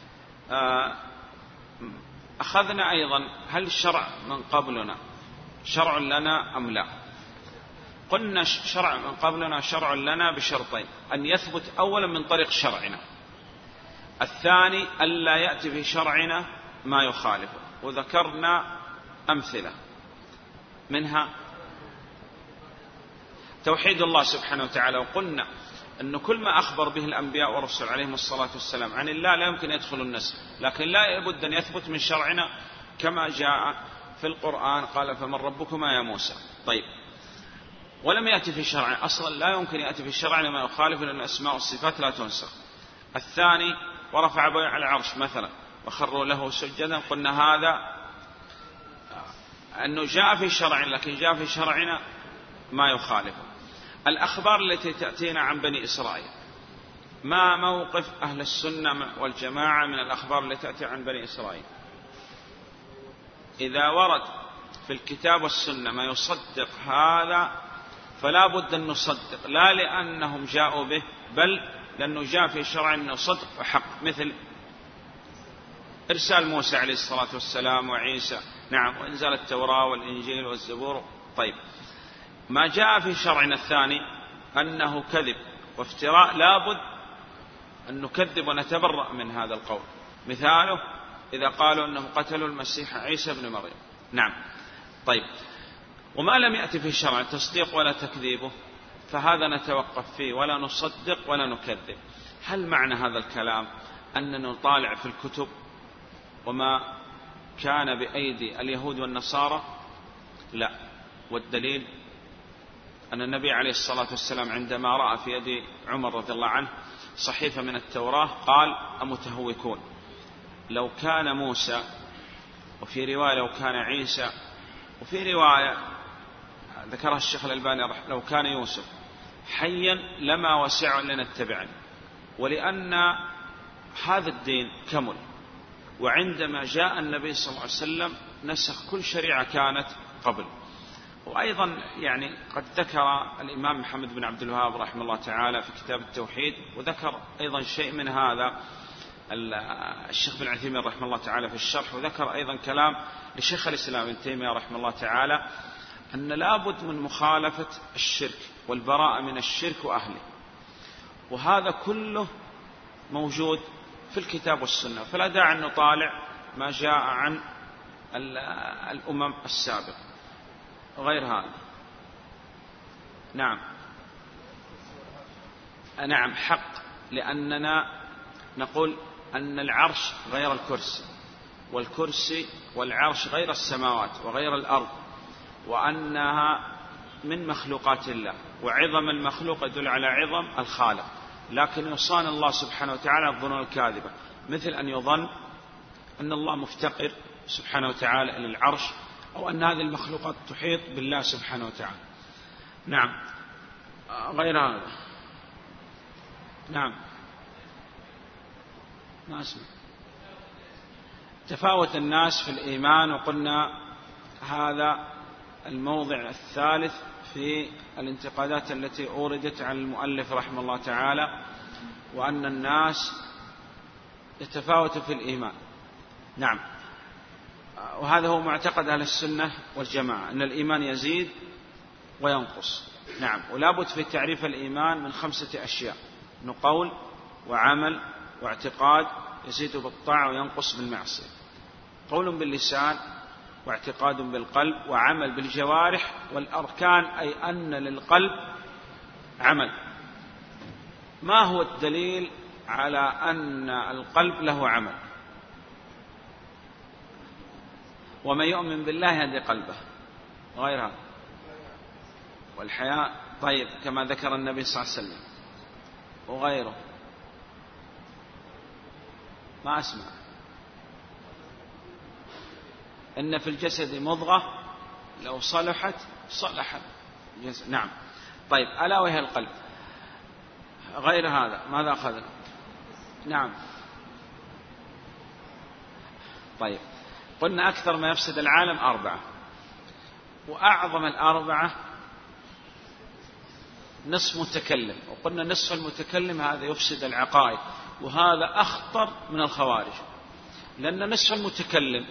أخذنا أيضا هل الشرع من قبلنا شرع لنا أم لا؟ قلنا شرع من قبلنا شرع لنا بشرطين: أن يثبت أولا من طريق شرعنا، الثاني ألا يأتي في شرعنا ما يخالفه. وذكرنا أمثلة منها توحيد الله سبحانه وتعالى، وقلنا أن كل ما أخبر به الأنبياء والرسل عليهم الصلاة والسلام عن الله لا يمكن يدخل النسخ، لكن لا يبد أن يثبت من شرعنا كما جاء في القرآن قال فمن ربكما يا موسى. طيب، ولم يأتي في شرعنا أصلا، لا يمكن يأتي في شرعنا ما يخالف لأن الأسماء والصفات لا تنسخ. الثاني ورفع به على العرش مثلا وخروا له سجدا، قلنا هذا أنه جاء في شرعنا لكن جاء في شرعنا ما يخالفه. الأخبار التي تأتينا عن بني إسرائيل، ما موقف أهل السنة والجماعة من الأخبار التي تأتي عن بني إسرائيل؟ إذا ورد في الكتاب والسنة ما يصدق هذا فلا بد أن نصدق، لا لأنهم جاءوا به بل لأنه جاء في شرع أنه صدق وحق، مثل إرسال موسى عليه الصلاة والسلام وعيسى، نعم، وإنزال التوراة والإنجيل والزبور. طيب، ما جاء في شرعنا الثاني أنه كذب وافتراء لابد أن نكذب ونتبرأ من هذا القول. مثاله إذا قالوا أنهم قتلوا المسيح عيسى بن مريم. نعم. طيب، وما لم يأتي في شرع تصديق ولا تكذيبه فهذا نتوقف فيه ولا نصدق ولا نكذب. هل معنى هذا الكلام أننا نطالع في الكتب وما كان بأيدي اليهود والنصارى؟ لا. والدليل أن النبي عليه الصلاة والسلام عندما رأى في يد عمر رضي الله عنه صحيفة من التوراة قال أمتهوكون، لو كان موسى، وفي رواية لو كان عيسى، وفي رواية ذكرها الشيخ الألباني لو كان يوسف حيا لما وسع لنتبعني، ولأن هذا الدين كمل. وعندما جاء النبي صلى الله عليه وسلم نسخ كل شريعة كانت قبل. وأيضا يعني قد ذكر الإمام محمد بن عبد الوهاب رحمه الله تعالى في كتاب التوحيد، وذكر أيضا شيء من هذا الشيخ بن عثيمين رحمه الله تعالى في الشرح، وذكر أيضا كلام لشيخ الإسلام ابن تيمية رحمه الله تعالى أن لابد من مخالفة الشرك والبراءة من الشرك وأهله، وهذا كله موجود في الكتاب والسنة، فلا داعي أن نطالع ما جاء عن الأمم السابقة غير هذا. نعم حق، لأننا نقول أن العرش غير الكرسي، والكرسي والعرش غير السماوات وغير الأرض، وأنها من مخلوقات الله، وعظم المخلوق يدل على عظم الخالق. لكن يصان الله سبحانه وتعالى الظنون الكاذبة، مثل أن يظن أن الله مفتقر سبحانه وتعالى إلى العرش، أو أن هذه المخلوقات تحيط بالله سبحانه وتعالى. نعم. غير هذا. نعم. ما أسمع. تفاوت الناس في الإيمان، وقلنا هذا الموضع الثالث في الانتقادات التي أوردت على المؤلف رحمه الله تعالى، وأن الناس يتفاوت في الإيمان. نعم. وهذا هو معتقد أهل السنة والجماعة، أن الإيمان يزيد وينقص. نعم. ولا بد في تعريف الإيمان من 5 أشياء: قول وعمل واعتقاد، يزيد بالطاعة وينقص بالمعصية. قول باللسان، واعتقاد بالقلب، وعمل بالجوارح والأركان، أي أن للقلب عمل. ما هو الدليل على أن القلب له عمل؟ ومن يؤمن بالله يهدي قلبه، غير هذا. والحياء طيب كما ذكر النبي صلى الله عليه وسلم، وغيره. ما أسمع. إن في الجسد مضغة لو صلحت صلح الجسد. نعم. طيب، ألا وهي القلب. غير هذا ماذا أخذنا؟ نعم. طيب، قلنا أكثر ما يفسد العالم 4، وأعظم ال4 نصف متكلم، وقلنا نصف المتكلم هذا يفسد العقائد، وهذا أخطر من الخوارج، لأن نصف المتكلم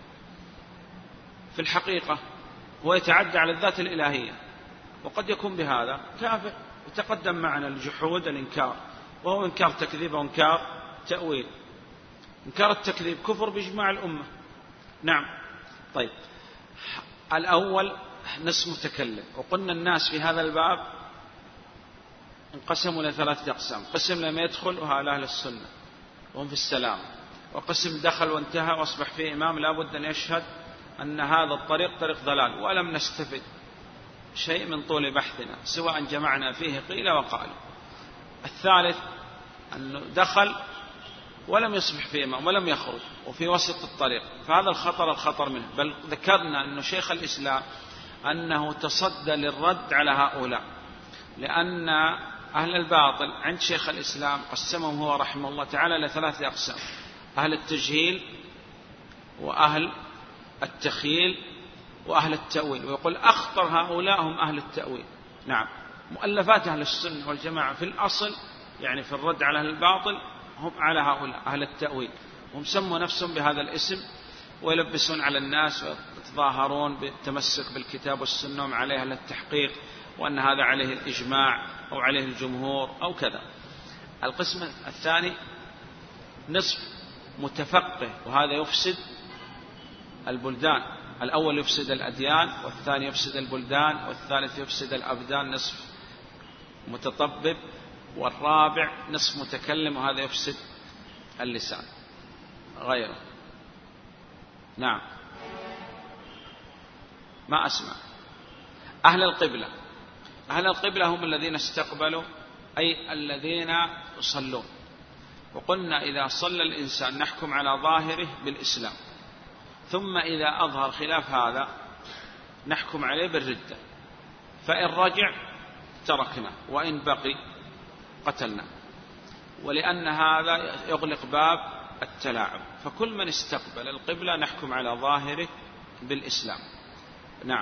في الحقيقة هو يتعدى على الذات الإلهية، وقد يكون بهذا كافر. وتقدم معنا الجحود الإنكار، وهو إنكار تكذيب وإنكار تأويل. إنكار التكذيب كفر بإجماع الأمة. نعم. طيب، الأول نصف متكلم، وقلنا الناس في هذا الباب انقسموا إلى 3 أقسام: قسم لم يدخل وهؤلاء أهل السنة وهم في السلام، وقسم دخل وانتهى وأصبح فيه إمام لا بد أن يشهد أن هذا الطريق طريق ضلال، ولم نستفد شيء من طول بحثنا سواء جمعنا فيه قيل وقال. الثالث أنه دخل ولم يصبح فيه إمام ولم يخرج وفي وسط الطريق، فهذا الخطر منه. بل ذكرنا أن شيخ الإسلام أنه تصدى للرد على هؤلاء، لأن أهل الباطل عند شيخ الإسلام قسمهم هو رحمه الله تعالى إلى 3 أقسام: أهل التجهيل، وأهل التخييل، وأهل التأويل. ويقول أخطر هؤلاء هم أهل التأويل. نعم. مؤلفات أهل السنة والجماعة في الأصل يعني في الرد على أهل الباطل هم على هؤلاء أهل التأويل، هم سموا نفسهم بهذا الاسم ويلبسون على الناس ويتظاهرون بالتمسك بالكتاب والسنة وهم عليها للتحقيق، وأن هذا عليه الإجماع أو عليه الجمهور أو كذا. القسم الثاني نصف متفقه، وهذا يفسد البلدان. الأول يفسد الأديان، والثاني يفسد البلدان، والثالث يفسد الأبدان، نصف متطبب، والرابع نصف متكلم، وهذا يفسد اللسان. غيره. نعم. ما أسمع. أهل القبلة. أهل القبلة هم الذين استقبلوا، أي الذين يصلون. وقلنا إذا صلى الإنسان نحكم على ظاهره بالإسلام، ثم إذا أظهر خلاف هذا نحكم عليه بالردة، فإن رجع تركنا، وإن بقي قتلنا، ولأن هذا يغلق باب التلاعب. فكل من استقبل القبلة نحكم على ظاهره بالإسلام. نعم.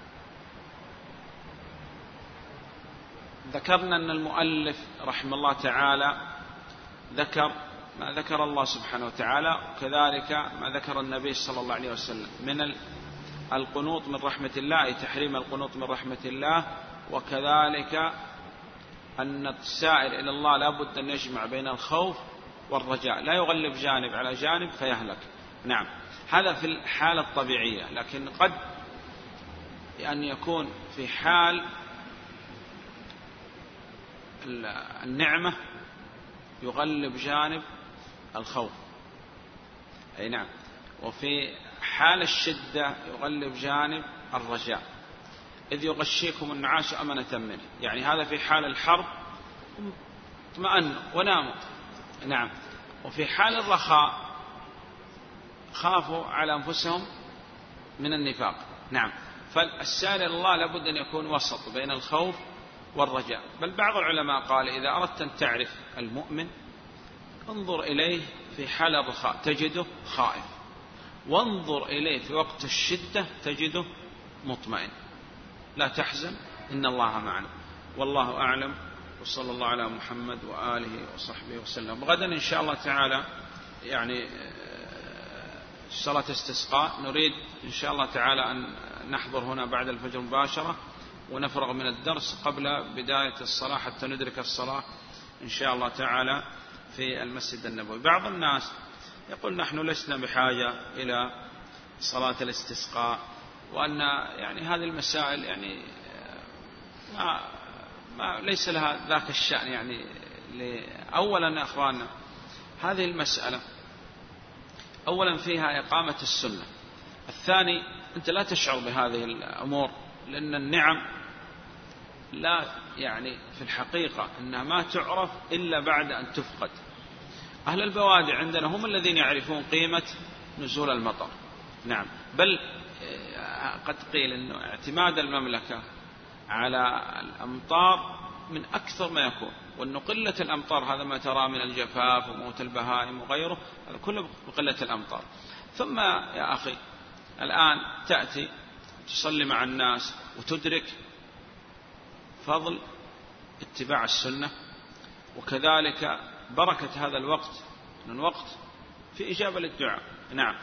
ذكرنا أن المؤلف رحمه الله تعالى ذكر ما ذكر الله سبحانه وتعالى، وكذلك ما ذكر النبي صلى الله عليه وسلم من القنوط من رحمة الله، أي تحريم القنوط من رحمة الله، وكذلك أن السائر إلى الله لا بد أن يجمع بين الخوف والرجاء، لا يغلب جانب على جانب فيهلك. نعم. هذا في الحالة الطبيعية، لكن قد أن يكون في حال النعمة يغلب جانب الخوف، أي نعم. وفي حال الشدة يغلب جانب الرجاء، إذ يغشيكم النعاس أمنة منه. يعني هذا في حال الحرب اطمأنوا وناموا. نعم. وفي حال الرخاء خافوا على أنفسهم من النفاق. نعم. فالسائل إلى الله لابد أن يكون وسط بين الخوف والرجاء. بل بعض العلماء قال إذا أردت أن تعرف المؤمن انظر إليه في حال الرخاء تجده خائف، وانظر إليه في وقت الشدة تجده مطمئن. لا تحزن إن الله معنا. والله أعلم، وصلى الله على محمد وآله وصحبه وسلم. غدا إن شاء الله تعالى يعني صلاة استسقاء، نريد إن شاء الله تعالى أن نحضر هنا بعد الفجر مباشرة ونفرغ من الدرس قبل بداية الصلاة حتى ندرك الصلاة إن شاء الله تعالى في المسجد النبوي. بعض الناس يقول نحن لسنا بحاجة إلى صلاة الاستسقاء، وأن يعني هذه المسائل يعني ما ليس لها ذاك الشأن. يعني أولا يا أخواننا هذه المسألة أولا فيها إقامة السنة، الثاني أنت لا تشعر بهذه الأمور، لأن النعم لا يعني في الحقيقة أنها ما تعرف إلا بعد أن تفقد. أهل البوادع عندنا هم الذين يعرفون قيمة نزول المطر. نعم. بل قد قيل أنه اعتماد المملكة على الأمطار من أكثر ما يكون، وأن قلة الأمطار هذا ما ترى من الجفاف وموت البهائم وغيره هذا كله بقلة الأمطار. ثم يا أخي الآن تأتي تصلي مع الناس وتدرك فضل اتباع السنة، وكذلك بركة هذا الوقت، من الوقت في إجابة للدعاء. نعم.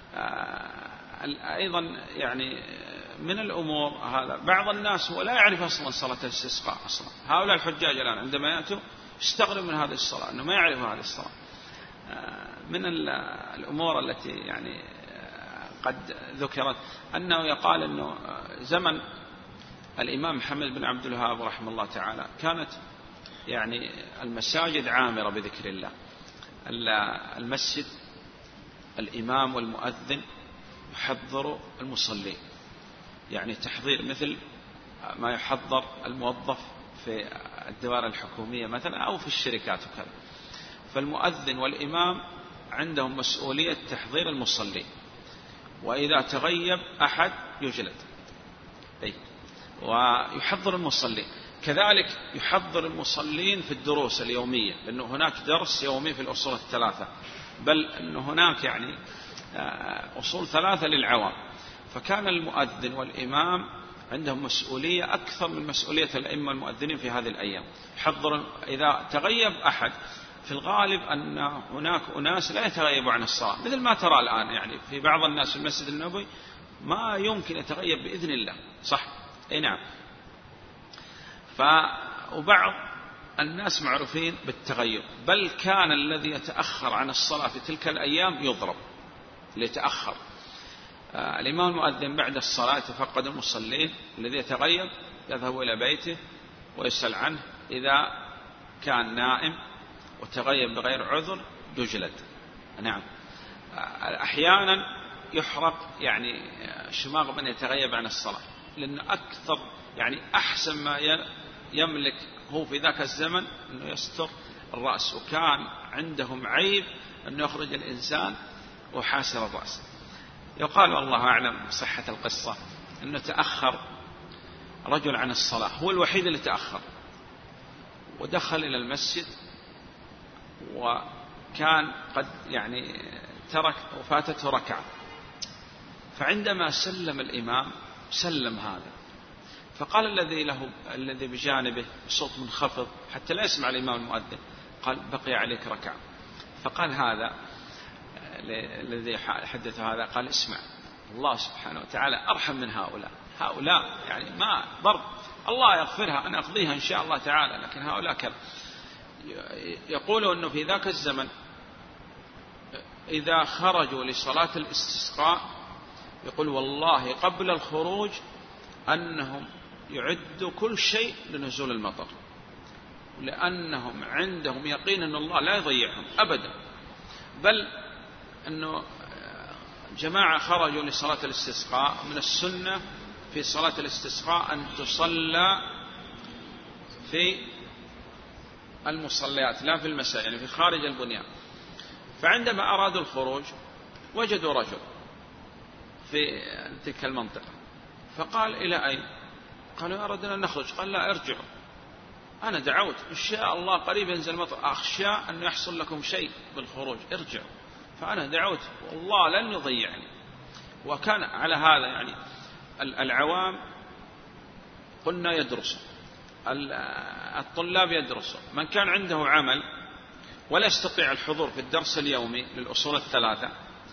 أيضا يعني من الأمور هذا بعض الناس هو لا يعرف أصلا صلاة الاستسقاء أصلا. هؤلاء الحجاج الآن عندما يأتوا يستغرب من هذه الصلاة أنه ما يعرف هذه الصلاة. من الأمور التي يعني قد ذكرت أنه يقال أنه زمن الإمام محمد بن عبد الوهاب رحمه الله تعالى كانت يعني المساجد عامرة بذكر الله. المسجد الإمام والمؤذن يحضر المصلين، يعني تحضير مثل ما يحضر الموظف في الدوائر الحكومية مثلا أو في الشركات وكذا. فالمؤذن والإمام عندهم مسؤولية تحضير المصلين، وإذا تغيب أحد يجلد. ويحضر المصلين، كذلك يحضر المصلين في الدروس اليومية، لأنه هناك درس يومي في الأصول الثلاثة، بل أنه هناك يعني أصول ثلاثة للعوام. فكان المؤذن والإمام عندهم مسؤولية أكثر من مسؤولية الأئمة المؤذنين في هذه الأيام. حضر إذا تغيب أحد، في الغالب أن هناك أناس لا يتغيبوا عن الصلاة، مثل ما ترى الآن يعني في بعض الناس في المسجد النبوي ما يمكن يتغيب بإذن الله، صح؟ أي نعم. وبعض الناس معروفين بالتغيب، بل كان الذي يتأخر عن الصلاة في تلك الأيام يضرب ليتأخر. الإمام المؤذن بعد الصلاة يتفقد المصلين، الذي يتغيب يذهب إلى بيته ويسأل عنه، إذا كان نائم وتغيب بغير عذر يجلد. نعم. أحيانا يحرق يعني شماغ من يتغيب عن الصلاة، لأن أكثر يعني أحسن ما يملك هو في ذاك الزمن أنه يستر الرأس، وكان عندهم عيب أنه يخرج الإنسان وحاسر الرأس. يقال والله أعلم صحة القصة أنه تأخر رجل عن الصلاة، هو الوحيد اللي تأخر، ودخل إلى المسجد وكان قد يعني ترك وفاتته ركعة. فعندما سلم الإمام سلم هذا، فقال الذي بجانبه بصوت منخفض حتى لا يسمع الإمام المؤذن، قال بقي عليك ركعة. فقال هذا الذي حدث هذا، قال اسمع، الله سبحانه وتعالى أرحم من هؤلاء يعني ما ضرب الله يغفرها، أنا أقضيها إن شاء الله تعالى، لكن هؤلاء كذا. يقولوا أنه في ذاك الزمن إذا خرجوا لصلاة الاستسقاء يقول والله قبل الخروج أنهم يعدوا كل شيء لنزول المطر، لأنهم عندهم يقين أن الله لا يضيعهم أبدا. بل أنه جماعة خرجوا لصلاة الاستسقاء، من السنة في صلاة الاستسقاء أن تصلى في المصليات لا في المساجد، يعني في خارج البنيان. فعندما أرادوا الخروج وجدوا رجل في تلك المنطقة، فقال: إلى أين؟ قالوا: أردنا أن نخرج. قال: لا، ارجعوا، أنا دعوت إن شاء الله قريب ينزل مطر، أخشى أن يحصل لكم شيء بالخروج، ارجعوا، فأنا دعوت والله لن يضيعني. وكان على هذا يعني العوام قلنا يدرسوا، الطلاب يدرسوا، من كان عنده عمل ولا يستطيع الحضور في الدرس اليومي للأصول الثلاثة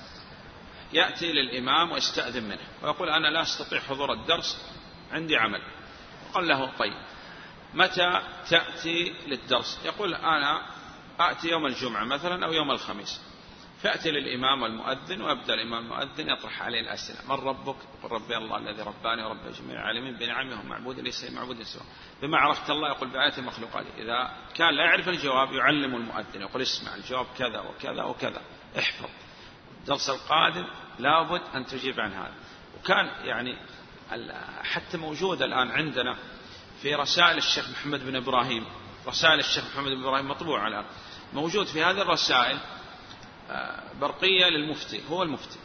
يأتي للإمام ويستأذن منه ويقول: أنا لا أستطيع حضور الدرس، عندي عمل. قال له: طيب متى تأتي للدرس؟ يقول: أنا آتي يوم الجمعة مثلا أو يوم الخميس. فأتي للإمام والمؤذن، ويبدأ الإمام المؤذن يطرح عليه الأسئلة: من ربك؟ يقول: ربي الله الذي رباني ورب جميع العالمين بنعمه معبود ليس معبود سواه. بما عرفت الله؟ يقول: بآيات المخلوقات. إذا كان لا يعرف الجواب يعلم المؤذن، يقول: اسمع الجواب كذا وكذا وكذا، احفظ، الدرس القادم لابد أن تجيب عن هذا. وكان يعني حتى موجود الآن عندنا في رسائل الشيخ محمد بن إبراهيم، رسائل الشيخ محمد بن إبراهيم مطبوعة الآن، موجود في هذه الرسائل برقية للمفتي، هو المفتي: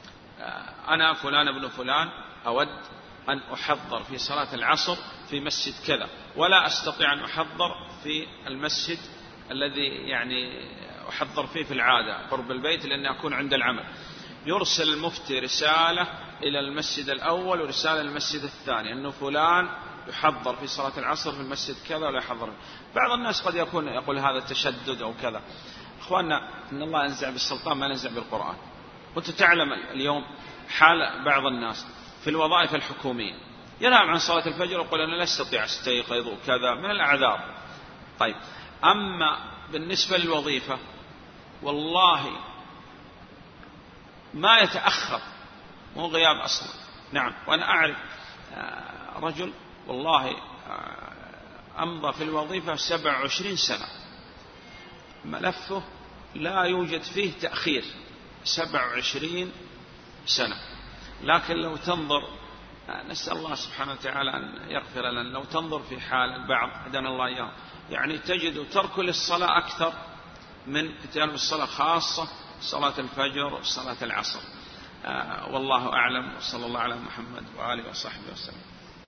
أنا فلان ابن فلان أود أن أحضر في صلاة العصر في مسجد كذا، ولا أستطيع أن أحضر في المسجد الذي يعني أحضر فيه في العادة قرب البيت لأن أكون عند العمل. يرسل المفتي رسالة إلى المسجد الأول ورسالة للمسجد الثاني أنه فلان يحضر في صلاة العصر في المسجد كذا ولا يحضر. بعض الناس قد يقول هذا تشدد أو كذا. أخواننا، إن الله ينزع بالسلطان ما ينزع بالقرآن. وأنت تعلم اليوم حال بعض الناس في الوظائف الحكومية، ينام عن صلاة الفجر ويقول: أنا لا أستطيع أستيقظ وكذا من الأعذار. طيب، أما بالنسبة للوظيفة والله ما يتأخر، مو غياب أصلا. نعم، وأنا أعرف رجل والله أمضى في الوظيفة 27 سنة، ملفه لا يوجد فيه تأخير، 27 سنة. لكن لو تنظر، نسأل الله سبحانه وتعالى أن يغفر لنا، لو تنظر في حال البعض هدانا الله إياه، يعني تجد ترك للصلاة أكثر من اتيان بالصلاة، خاصة صلاة الفجر وصلاة العصر. والله أعلم، وصلى الله على محمد وآله وصحبه وسلم.